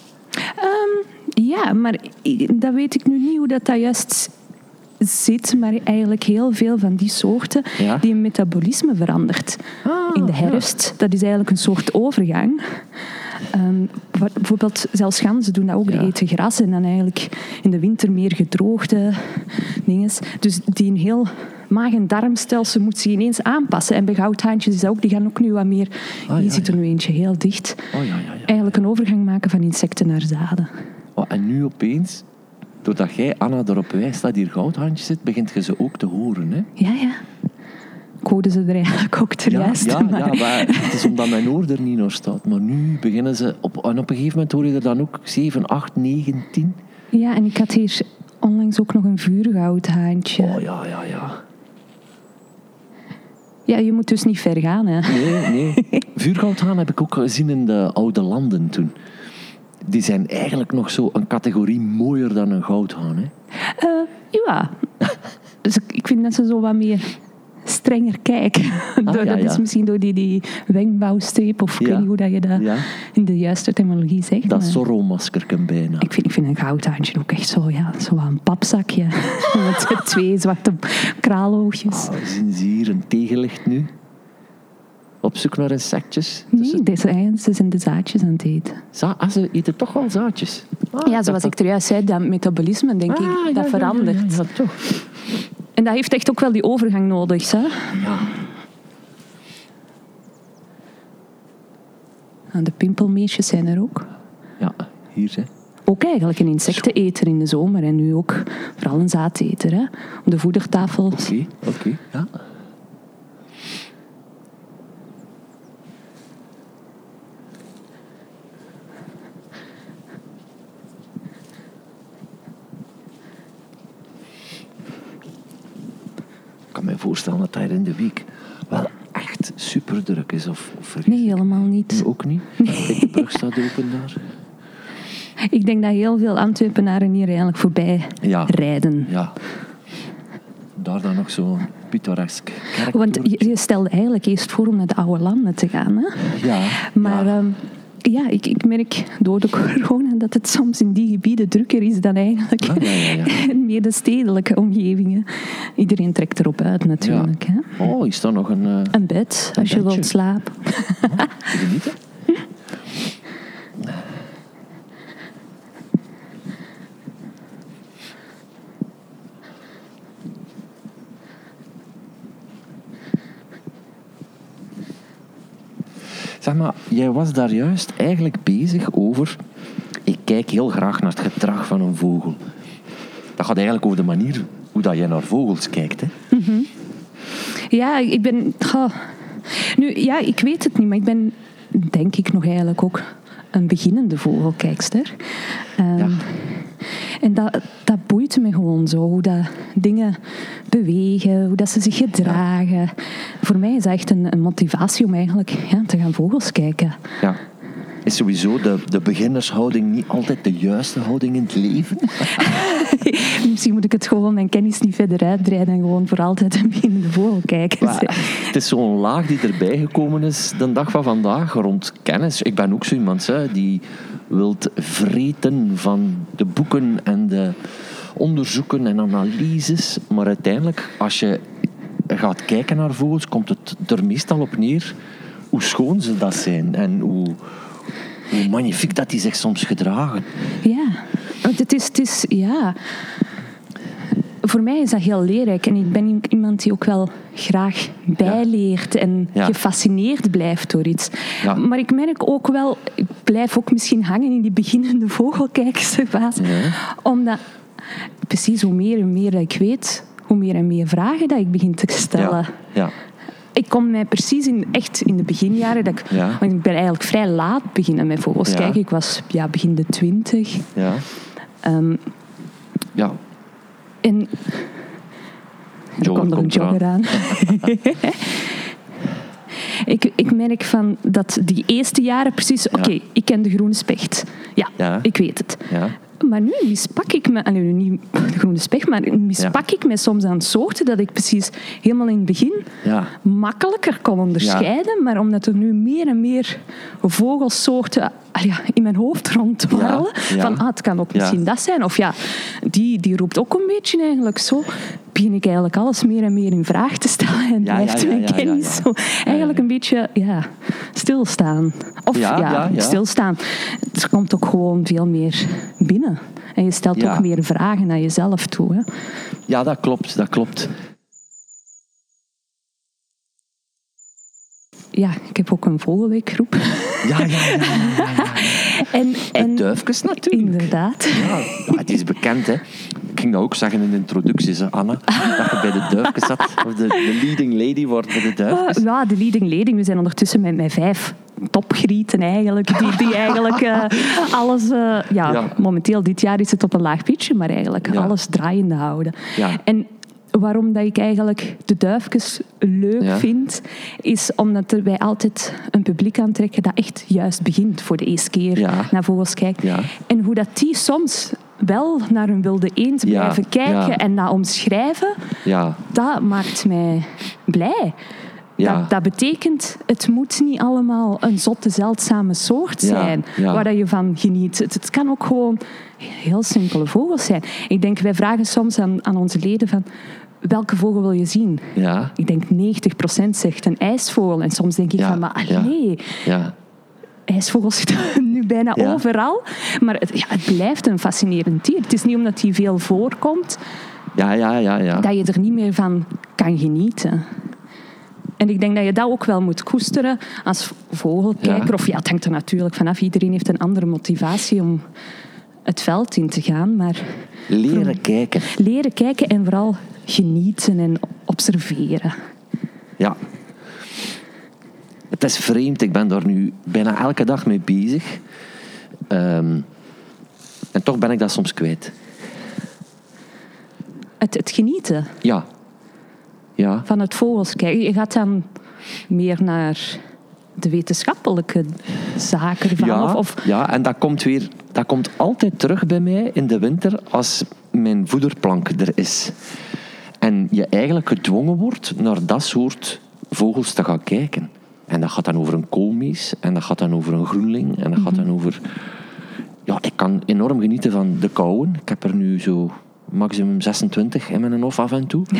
Ja, maar i- dat weet ik nu niet hoe dat, dat juist zit. Maar eigenlijk heel veel van die soorten Ja. die een metabolisme verandert. Ah, In de herfst, dat is eigenlijk een soort overgang. Ehm, wat- bijvoorbeeld, zelfs ganzen doen dat ook, die Ja. eten gras en dan eigenlijk in de winter meer gedroogde dingen. Dus die een heel maag- en darmstelsel moet zich ineens aanpassen. En bij goudhaantjes is dat ook, die gaan ook nu wat meer... Ah, hier ja, zit er ja. nu eentje heel dicht. Oh ja, ja, ja. Eigenlijk een overgang maken van insecten naar zaden. Oh, en nu opeens, doordat jij, Anna, erop wijst dat hier goudhaantjes zit, begint je ze ook te horen, hè. Ja, ja. Ik hoorde ze er eigenlijk ook ter Ja, juiste, ja, maar- ja, maar het is omdat mijn oor er niet naar staat. Maar nu beginnen ze... Op, en op een gegeven moment hoor je er dan ook zeven, acht, negen, tien. Ja, en ik had hier onlangs ook nog een vuurgoudhaantje. Oh ja, ja, ja. Ja, je moet dus niet ver gaan, hè. Nee, nee. Vuurgoudhaan heb ik ook gezien in de oude landen toen. Die zijn eigenlijk nog zo een categorie mooier dan een goudhaan, hè. Eh, ja. Dus ik, ik vind dat ze zo wat meer strenger kijken. Ah, door, ja, dat ja. is misschien door die, die wenkbrauwstreep, of ik Ja. weet niet hoe dat je dat Ja. in de juiste terminologie zegt. Dat maar Zorro-maskerken bijna. ik, vind, ik vind een goudhaantje ook echt zo, ja, zo wat een papzakje. Met twee zwarte kraaloogjes. Ah, we zien ze hier een tegenlicht nu. Op zoek naar insectjes? Nee, deze, ze zijn de zaadjes aan het eten. Za- ah, ze eten toch wel zaadjes? Ah, Ja, zoals ik er juist zei, dat metabolisme, denk Ah, ik, ja, dat ja, verandert. Ja, ja, ja, toch. En dat heeft echt ook wel die overgang nodig. Hè? Ja. En de pimpelmeesjes zijn er ook. Ja, hier hè. Ook eigenlijk een insecteneter in de zomer. En nu ook vooral een zaadeter. Hè? Op de voedertafel. Oké, okay, oké, okay, ja. Ik kan me voorstellen dat daar in de week wel echt super druk is. Of, of nee, helemaal niet. Ook niet? Nee. De brug staat open daar. Ik denk dat heel veel Antwerpenaren hier eigenlijk voorbij ja. rijden. Ja. Daar dan nog zo'n pittoresk kerk. Want je, je stelde eigenlijk eerst voor om naar de oude landen te gaan. Hè? Ja. Maar ja, um, ja ik, ik merk door de corona dat het soms in die gebieden drukker is dan eigenlijk ah, ja, ja, ja. in meer de stedelijke omgevingen. Iedereen trekt erop uit natuurlijk. Ja. Hè? Oh, is dat nog een... Uh, een bed, een als je bedje. wilt slapen. Oh, genieten. Zeg maar, jij was daar juist eigenlijk bezig over... Ik kijk heel graag naar het gedrag van een vogel. Dat gaat eigenlijk over de manier hoe dat jij naar vogels kijkt, hè? Mm-hmm. Ja, ik ben... Oh. Nu, ja, ik weet het niet, maar ik ben, denk ik, nog eigenlijk ook een beginnende vogelkijkster. Um, ja. En dat, dat boeit me gewoon zo, hoe dat dingen bewegen, hoe dat ze zich gedragen. Ja. Voor mij is dat echt een, een motivatie om eigenlijk ja, te gaan vogels kijken. Ja. Is sowieso de, de beginnershouding niet altijd de juiste houding in het leven? Misschien moet ik het gewoon mijn kennis niet verder uitbreiden en gewoon voor altijd een beginnende vogel kijken. Maar, het is zo'n laag die erbij gekomen is de dag van vandaag rond kennis. Ik ben ook zo iemand hè, die wilt vreten van de boeken en de onderzoeken en analyses. Maar uiteindelijk, als je gaat kijken naar vogels, komt het er meestal op neer hoe schoon ze dat zijn en hoe... Hoe magnifiek dat die zich soms gedragen. Ja, want het is, het is... Ja... Voor mij is dat heel leerrijk. En ik ben iemand die ook wel graag bijleert en ja. gefascineerd blijft door iets. Ja. Maar ik merk ook wel... Ik blijf ook misschien hangen in die beginnende vogelkijkersfase. Ja. Omdat precies hoe meer en meer dat ik weet, hoe meer en meer vragen dat ik begin te stellen. Ja. Ja. Ik kom mij precies in, echt in de beginjaren... Dat ik, ja. Want ik ben eigenlijk vrij laat beginnen met vogels ja. kijken. Ik was ja, begin de twintig. Ja. Um, ja. En... Er komt nog een jogger aan. ik, ik merk van dat die eerste jaren precies... Oké, okay, ja. ik ken de groene specht. Ja, ja. ik weet het. Ja. Maar nu mispak ik me... Allee, niet de groene specht, maar mispak ja. ik me soms aan soorten dat ik precies helemaal in het begin ja. makkelijker kon onderscheiden. Ja. Maar omdat er nu meer en meer vogelsoorten ja, in mijn hoofd rondwarrelen. Ja. Ja. Van, ah, het kan ook misschien ja. dat zijn. Of ja, die, die roept ook een beetje eigenlijk zo. Begin ik eigenlijk alles meer en meer in vraag te stellen. En ja, blijft ja, ja, mijn ja, kennis ja, ja. zo eigenlijk een beetje ja, stilstaan. Of ja, ja, ja, ja. stilstaan. Er komt ook gewoon veel meer binnen. En je stelt ja. ook meer vragen naar jezelf toe. Hè. Ja, dat klopt. Dat klopt. Ja, ik heb ook een vogelweekgroep. Ja, ja, ja. ja, ja, ja. En, en, de duifjes natuurlijk. Inderdaad. Ja, ja, het is bekend, hè. Ik ging dat ook zeggen in de introducties, hè, Anna. Dat je bij de duifjes zat. Of de, de leading lady wordt bij de duifjes. Uh, ja, de leading lady. We zijn ondertussen met, met vijf topgrieten eigenlijk. Die, die eigenlijk uh, alles... Uh, ja, ja, momenteel dit jaar is het op een laag pitje, maar eigenlijk ja. alles draaiende houden. Ja. En waarom dat ik eigenlijk de duifjes leuk ja. vind, is omdat wij altijd een publiek aantrekken dat echt juist begint voor de eerste keer ja. naar vogels kijkt. Ja. En hoe dat die soms wel naar hun wilde eend blijven ja. kijken ja. en dat omschrijven, ja. dat maakt mij blij. Ja. Dat, dat betekent, het moet niet allemaal een zotte, zeldzame soort zijn ja, ja. waar dat je van geniet. Het, het kan ook gewoon heel simpele vogels zijn. Ik denk, wij vragen soms aan, aan onze leden van, welke vogel wil je zien? Ja. Ik denk negentig procent zegt een ijsvogel. En soms denk ik Ja. van, maar allee, Ja. ijsvogels zitten nu bijna Ja. overal. Maar het, ja, het blijft een fascinerend dier. Het is niet omdat hij veel voorkomt, Ja, ja, ja, ja. dat je er niet meer van kan genieten. En ik denk dat je dat ook wel moet koesteren als vogelkijker. Ja. Of ja, het hangt er natuurlijk vanaf. Iedereen heeft een andere motivatie om het veld in te gaan. Maar Leren kijken. leren kijken en vooral genieten en observeren. Ja. Het is vreemd. Ik ben daar nu bijna elke dag mee bezig. Um, en toch ben ik dat soms kwijt. Het, het genieten Ja. Ja. van het vogels kijken. Je gaat dan meer naar de wetenschappelijke zaken van. Ja, Of, of, ja, en dat komt weer... Dat komt altijd terug bij mij in de winter als mijn voederplank er is. En je eigenlijk gedwongen wordt naar dat soort vogels te gaan kijken. En dat gaat dan over een koolmees. En dat gaat dan over een groenling. En dat gaat dan over... Ja, ik kan enorm genieten van de kauwen. Ik heb er nu zo maximum zesentwintig in mijn hof af en toe.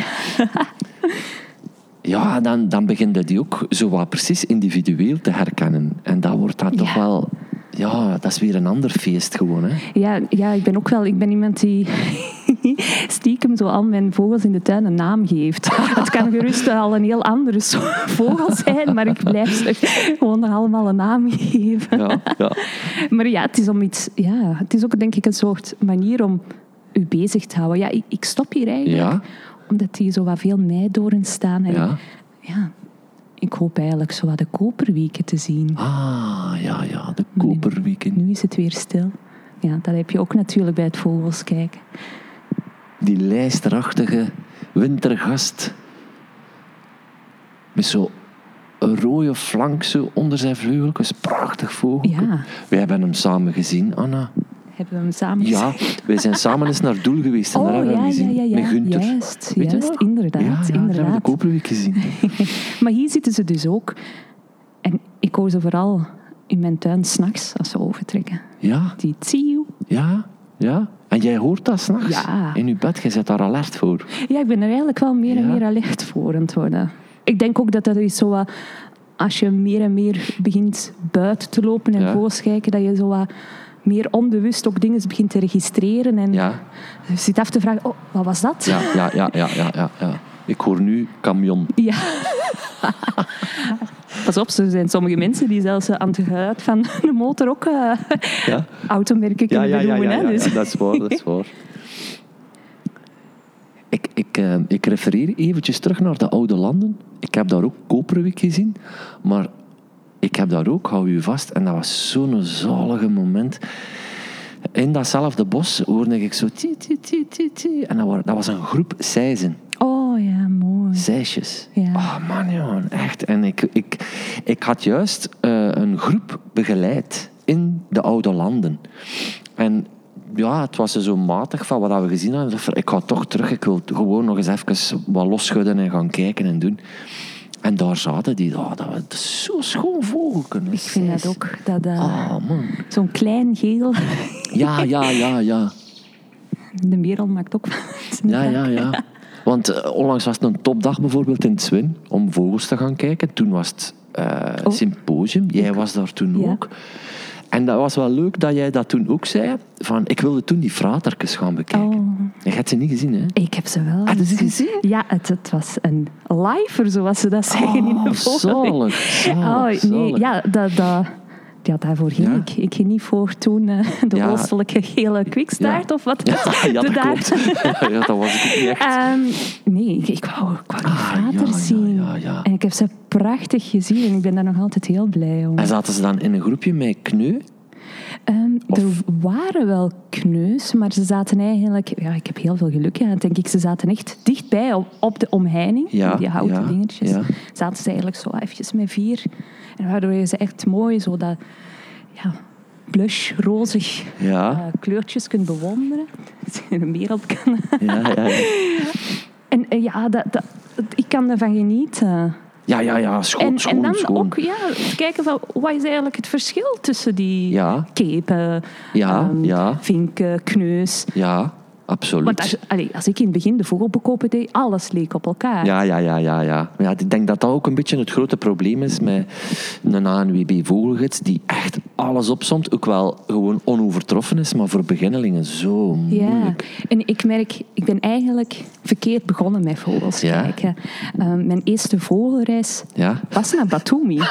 Ja, dan, dan begint dat die ook zo wat precies individueel te herkennen. En dat wordt dan toch Ja. wel... Ja, dat is weer een ander feest gewoon, hè. ja, ja, ik ben ook wel... Ik ben iemand die stiekem zo al mijn vogels in de tuin een naam geeft. Het kan gerust al een heel andere soort vogel zijn, maar ik blijf ze gewoon nog allemaal een naam geven. Ja, ja. Maar ja, het is om iets... Ja, het is ook denk ik een soort manier om u bezig te houden. Ja, ik, ik stop hier eigenlijk, Ja. omdat hier zo wat veel meidoorns staan. En Ja. ja, ik hoop eigenlijk zo wat de koperwieken te zien. Ah, ja, ja, de koperwieken. Nu is het weer stil. Ja, dat heb je ook natuurlijk bij het vogels kijken. Die lijsterachtige wintergast. Met zo een rode flank zo onder zijn vleugeltjes. Prachtig vogel. Ja. Wij hebben hem samen gezien, Anna. Hebben we hem samen Ja, wij zijn samen eens naar Doel geweest en Oh, daar hebben we ja, hem gezien. ja, ja, ja. Met Gunther. Juist, Weet je juist, nog? inderdaad, Ja, ja, daar hebben we de inderdaad. koperwiek gezien. Maar hier zitten ze dus ook. En ik hoor ze vooral in mijn tuin 's nachts als ze overtrekken. Ja, Die tsieuw. ja, ja. En jij hoort dat s'nachts? Ja. In je bed, jij zit daar alert voor. Ja, ik ben er eigenlijk wel meer en Ja. meer alert voor aan het worden. Ik denk ook dat dat is zo wat... Als je meer en meer begint buiten te lopen en Ja. vogels kijken, dat je zo wat meer onbewust ook dingen begint te registreren. En Ja, je zit af te vragen, oh, wat was dat? ja, ja, ja, ja, ja, ja, ja. Ik hoor nu camion. Ja. Pas op, er zijn sommige mensen die zelfs aan het geluid van de motor ook uh, Ja. automerken kunnen benoemen. hè, dus. ja, dat is waar, dat is waar. Ik, ik, uh, ik refereer eventjes terug naar de oude landen. Ik heb daar ook Koperwiek gezien, maar ik heb daar ook, hou je vast, en dat was zo'n zalige moment. In datzelfde bos hoorde ik zo ti, ti, ti, ti, ti. En dat, waren, dat was een groep sijzen. Oh ja, mooi. Zeisjes. Ja. Oh man, jongen, echt. En ik, ik, ik had juist uh, een groep begeleid in de oude landen. En ja, het was zo matig van wat we gezien hadden. Ik ga toch terug, ik wil gewoon nog eens even wat losschudden en gaan kijken en doen. En daar zaten die, oh, dat was zo schoon vogelken. Ik vind dat ook. Dat, uh, Oh man. Zo'n klein geel. Ja, ja, ja, ja. De merel maakt ook wel Ja, ja, ja. Want uh, onlangs was het een topdag bijvoorbeeld in het Zwin om vogels te gaan kijken. Toen was het uh, Oh. symposium. Jij was daar toen Ja. ook. En dat was wel leuk dat jij dat toen ook zei. Van, ik wilde toen die fratertjes gaan bekijken. Oh. Je hebt ze niet gezien, hè? Ik heb ze wel. Had je ze gezien? Ja, het, het was een lifer, zoals ze dat zeggen in Oh, de vogel. zalig, zalig, Oh, nee, zalig. ja, dat, dat, ja, daarvoor ging Ja. ik. Ik ging niet voor toen uh, de Ja. oostelijke gele kwikstaart Ja. of wat. Ja, ja, de dat daar- klopt. Ja, ja, dat was ik niet echt. Ehm, nee, ik, ik wou, ik wou die Ah, frater ja, ja, zien. ja, ja. En ik heb ze prachtig gezien en ik ben daar nog altijd heel blij om. En zaten ze dan in een groepje met kneu? Ehm, Of- Er waren wel kneus, maar ze zaten eigenlijk... Ja, ik heb heel veel geluk gehad, denk ik. Ze zaten echt dichtbij op, op de omheining. Ja, die houten ja, dingetjes. ja. Zaten ze eigenlijk zo eventjes met vier. En waardoor je ze echt mooi zo dat... Ja, blush, rozig Ja, eh, kleurtjes kunt bewonderen. Dat je een wereld kan... ja, ja. Ja, En eh, ja, dat, dat, ik kan ervan genieten. ja, ja, ja. Schoon, En, schoon, en dan schoon. ook ja, kijken van wat is eigenlijk het verschil tussen die Ja. kepen, Ja, ehm, ja. vinken, kneus. Ja, absoluut. Want als, allee, als ik in het begin de vogelbekopen deed, alles leek op elkaar. Ja, ja, ja, ja, ja. ja, ik denk dat dat ook een beetje het grote probleem is met een A N W B-vogelgids die echt alles opsomt, ook wel gewoon onovertroffen is, maar voor beginnelingen zo moeilijk. Ja, en ik merk, ik ben eigenlijk verkeerd begonnen met vogels Ja. kijken. Uh, mijn eerste vogelreis Ja? was naar Batumi.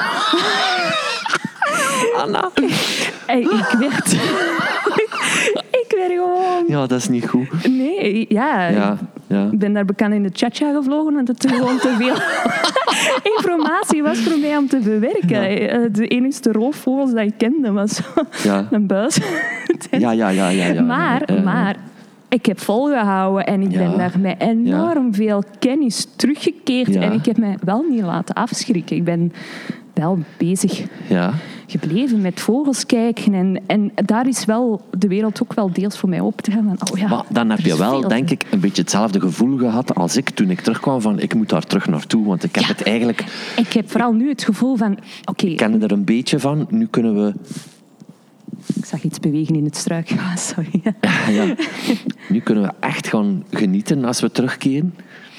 Anna. En ik werd... ik werd gewoon... Ja, dat is niet goed. Nee, ja. Ja, ja. Ik ben daar bekend in de Chacha gevlogen, want het gewoon te veel informatie was voor mij om te bewerken. Ja. De enige roofvogels dat ik kende was Ja. een buis. Ja, ja, ja, ja, ja. Maar, Ja. maar ik heb volgehouden en ik Ja. ben daar met enorm veel kennis teruggekeerd. Ja. En ik heb mij wel niet laten afschrikken. Ik ben wel bezig Ja. gebleven met vogels kijken. En, en daar is wel de wereld ook wel deels voor mij op te gaan. Van, oh ja, Maar dan heb er je is wel, veel. denk ik, een beetje hetzelfde gevoel gehad als ik toen ik terugkwam van ik moet daar terug naartoe, want ik heb Ja. het eigenlijk... Ik heb vooral nu het gevoel van... Oké, Ik ken er een beetje van, nu kunnen we... ik zag iets bewegen in het struik. Ah, sorry. Ja, nu kunnen we echt gaan genieten als we terugkeren.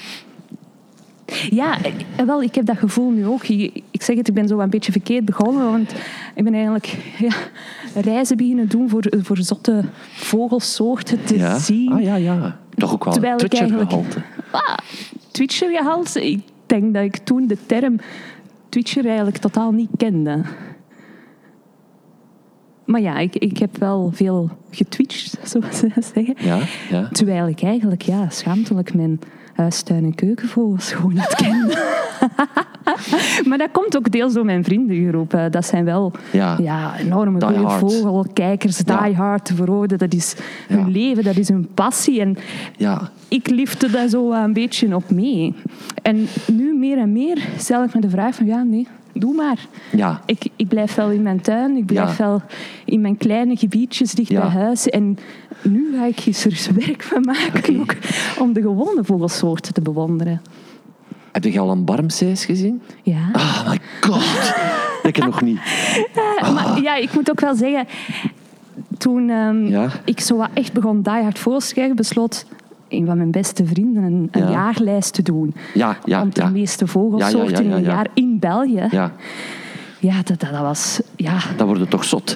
Ja, eh, wel, ik heb dat gevoel nu ook. Ik ik zeg het, ik ben zo een beetje verkeerd begonnen, want ik ben eigenlijk ja, reizen beginnen doen voor, voor zotte vogelsoorten te Ja. zien. Ah ja, ja. Toch ook wel Terwijl een ik eigenlijk- Twitcher-gehalte. Ah, Twitcher-gehalte. Ik denk dat ik toen de term Twitcher eigenlijk totaal niet kende. Maar ja, ik, ik heb wel veel getwitcht, zoals ze dat zeggen. Ja, ja. Terwijl ik eigenlijk ja, schaamtelijk mijn huistuin- en keukenvogels gewoon niet ken. Maar dat komt ook deels door mijn vriendengroep. hè. Dat zijn wel Ja. ja, enorme Die goede hard. vogelkijkers, die Ja. hard verhoorden. Dat is hun Ja. leven, dat is hun passie. En Ja, ik lifte daar zo een beetje op mee. En nu meer en meer stel ik me de vraag van ja, nee, doe maar. ja. Ik, ik blijf wel in mijn tuin, ik blijf Ja. wel in mijn kleine gebiedjes dicht Ja. bij huis. En nu ga ik er eens werk van maken Oké. ook, om de gewone vogelsoorten te bewonderen. Heb je al een barmseis gezien? Ja. Oh my god. Ik heb nog niet. Eh, maar ja, ik moet ook wel zeggen, toen ehm, Ja. ik zo wat echt begon die hard vogels te krijgen, besloot een van mijn beste vrienden een, een Ja. jaarlijst te doen. Ja, ja, om de ja. meeste vogelsoorten Ja, ja, ja, ja, in een ja. jaar in België. Ja, Ja, dat, dat, dat was... Ja, dan wordt het toch zot.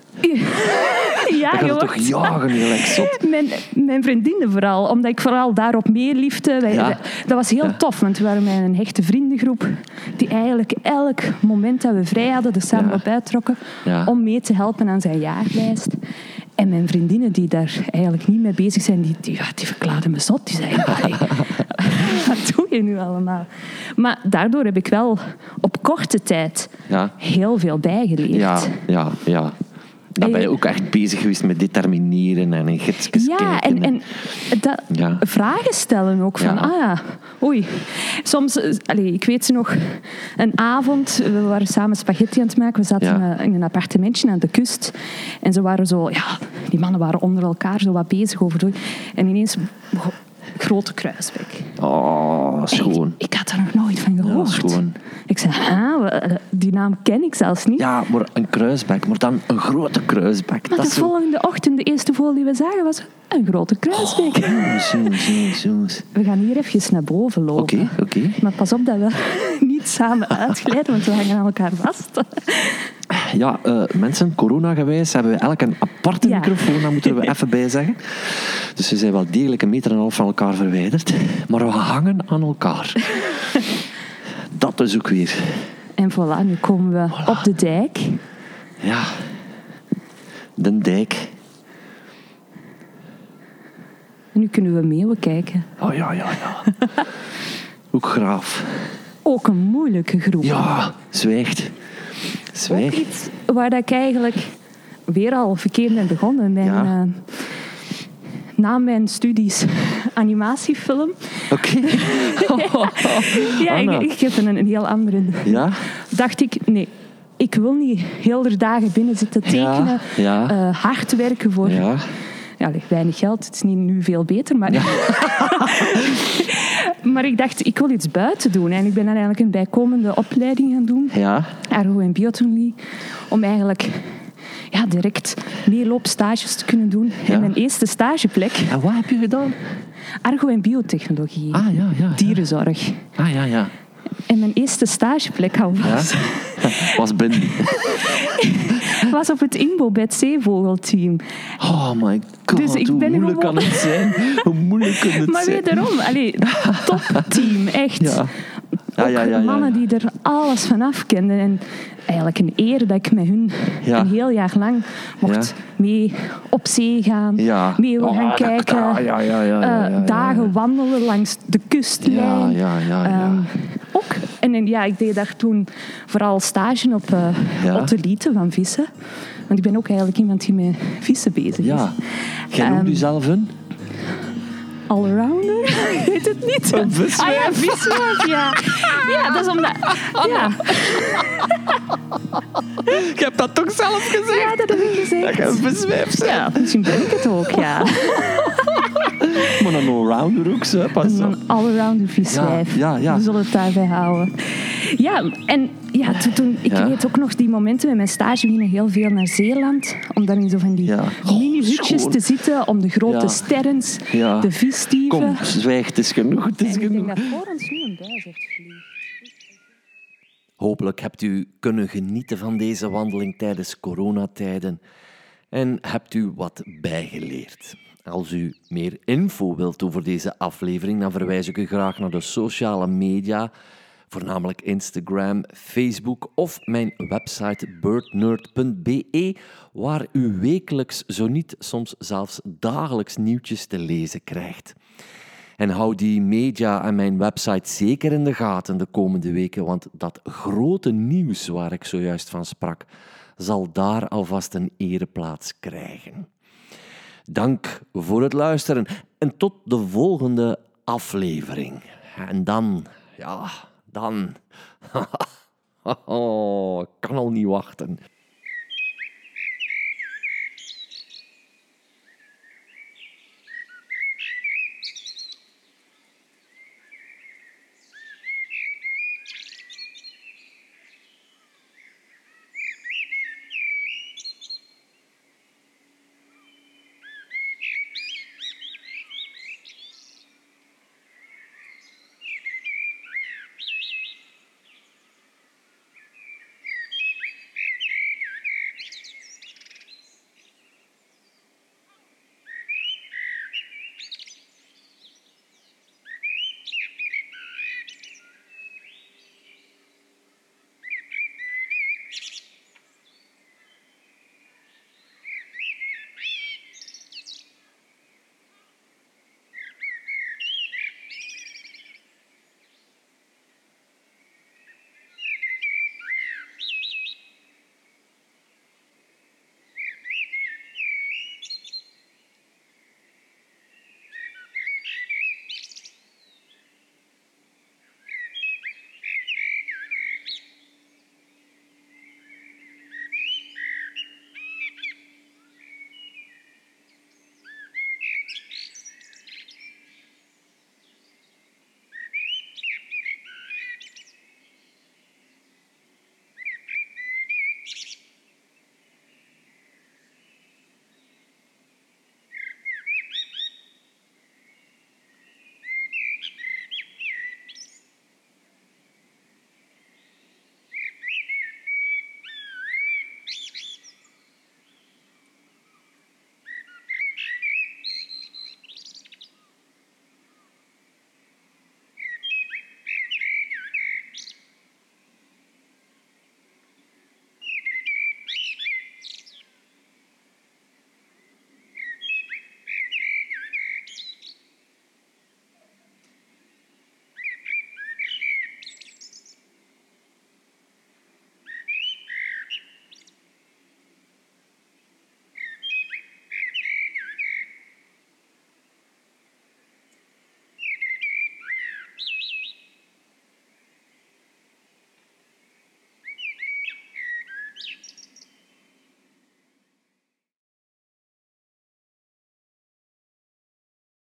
ja Dan gaat je het toch wordt- jagen, gelijk zot. Mijn, mijn vriendinnen vooral, omdat ik vooral daarop meeliefde. Wij- Ja. Dat was heel Ja. tof, want we waren met een hechte vriendengroep die eigenlijk elk moment dat we vrij hadden er samen Ja. op uittrokken Ja. om mee te helpen aan zijn jaarlijst. En mijn vriendinnen die daar eigenlijk niet mee bezig zijn, die, die, ja, die verklaarden me zot. Die zeiden, "Allee, wat doe je nu allemaal?" Maar daardoor heb ik wel op korte tijd Ja. heel veel bijgeleerd. Ja, ja, ja. Dan En- ben je ook echt bezig geweest met determineren en in gidsjes Ja, kijken. en, en dat, Ja. vragen stellen ook. Van, Ja. ah ja, oei. Soms, eh, allee, ik weet ze nog, een avond, we waren samen spaghetti aan het maken. We zaten Ja. eh, in een appartementje aan de kust. En ze waren zo, ja, die mannen waren onder elkaar zo wat bezig over. En ineens, begon- grote kruisbek. Oh, schoon. Ik, ik had er nog nooit van Ja, gehoord. schoon. Ik zei, ah, wa- die naam ken ik zelfs niet. Ja, maar een kruisbek, maar dan een grote kruisbek. Maar dat de is zo... volgende ochtend, de eerste vogel die we zagen, was een grote kruisbek. Oh, zo, zo, zo. We gaan hier even naar boven lopen. Oké, oké. Maar pas op dat we niet samen uitglijden, want we hangen aan elkaar vast. Ja, eh, mensen, coronagewijs hebben we elk een aparte Ja. microfoon, daar moeten we even bij zeggen. Dus we zijn wel degelijk een meter en een half van elkaar verwijderd. Maar we hangen aan elkaar. Dat is ook weer... En voilà, nu komen we Voilà. op de dijk. Ja, de dijk. En nu kunnen we meeuwen kijken. Oh ja, ja, ja. Ook graaf. Ook een moeilijke groep. Ja, zwijgt. Ook Zwijg. iets waar dat ik eigenlijk weer al verkeerd ben begonnen. Mijn, Ja. eh, na mijn studies animatiefilm. Oké. Ja, ik, Anna. ik heb een, een heel andere... Ja? Dacht ik, nee, ik wil niet heel de dagen binnen zitten tekenen. Ja, ja. eh, hard werken voor Ja. ja, allee, weinig geld. Het is niet nu veel beter, maar... maar ik dacht, ik wil iets buiten doen. En ik ben dan eigenlijk een bijkomende opleiding gaan doen. Ja. Argo en biotechnologie. Om eigenlijk ja, direct meeloopstages te kunnen doen. Ja. En mijn eerste stageplek, En wat heb je gedaan? argo- en biotechnologie, Ah, ja, ja. ja. dierenzorg. Ah, ja, ja. En mijn eerste stageplek al was, Ja? Was binnen. was op het Inbo bij het zeevogelteam. Oh my god, Dus ik hoe ben moeilijk gewoon- kan het zijn? Hoe moeilijk kan het Maar zijn? wederom, allee, topteam, echt. Ja. Ja, Ook ja, ja, ja, mannen ja. die er alles van af kenden. En eigenlijk een eer dat ik met hun Ja. een heel jaar lang mocht mee op zee gaan. Ja. Mee Oh, gaan dat- kijken. ah, ja, ja, ja, ja, ja, eh, ja. dagen wandelen langs de kustlijn. Ja, ja, ja, ja. Ehm, ook. En, en ja, ik deed daar toen vooral stage op uh, Ja. otelieten van vissen. Want ik ben ook eigenlijk iemand die met vissen bezig Ja. is. Jij noemt Ehm, jezelf een? Allrounder? Ik weet het niet. Een viswijf. Ah ja, viswijf, ja. Ja, dat is omdat... Ja, Ik heb dat toch zelf gezegd? ja, dat heb ik gezegd. Dat je een viswijf bent. Ja, misschien ben ik het ook, ja. Maar een allrounder ook, zo. Pas op. Een allrounder viswijf. Ja, ja, ja. We zullen het daarbij houden. Ja, en ja, toen, toen- ik Ja. weet ook nog die momenten met mijn stage. We gingen heel veel naar Zeeland. Om dan in zo van die Ja. mini-hutjes schoon. te zitten. Om de grote Ja. sterrens, Ja. de visdieven. Kom, zwijg, het is genoeg, het is En ik denk genoeg. dat voor ons nu een duizend vliegt. Hopelijk hebt u kunnen genieten van deze wandeling tijdens coronatijden en hebt u wat bijgeleerd. Als u meer info wilt over deze aflevering, dan verwijs ik u graag naar de sociale media, voornamelijk Instagram, Facebook of mijn website birdnerd punt b e, waar u wekelijks, zo niet soms zelfs dagelijks nieuwtjes te lezen krijgt. En hou die media en mijn website zeker in de gaten de komende weken, want dat grote nieuws waar ik zojuist van sprak, zal daar alvast een ereplaats krijgen. Dank voor het luisteren en tot de volgende aflevering. En dan, ja, dan... Oh, ik kan al niet wachten.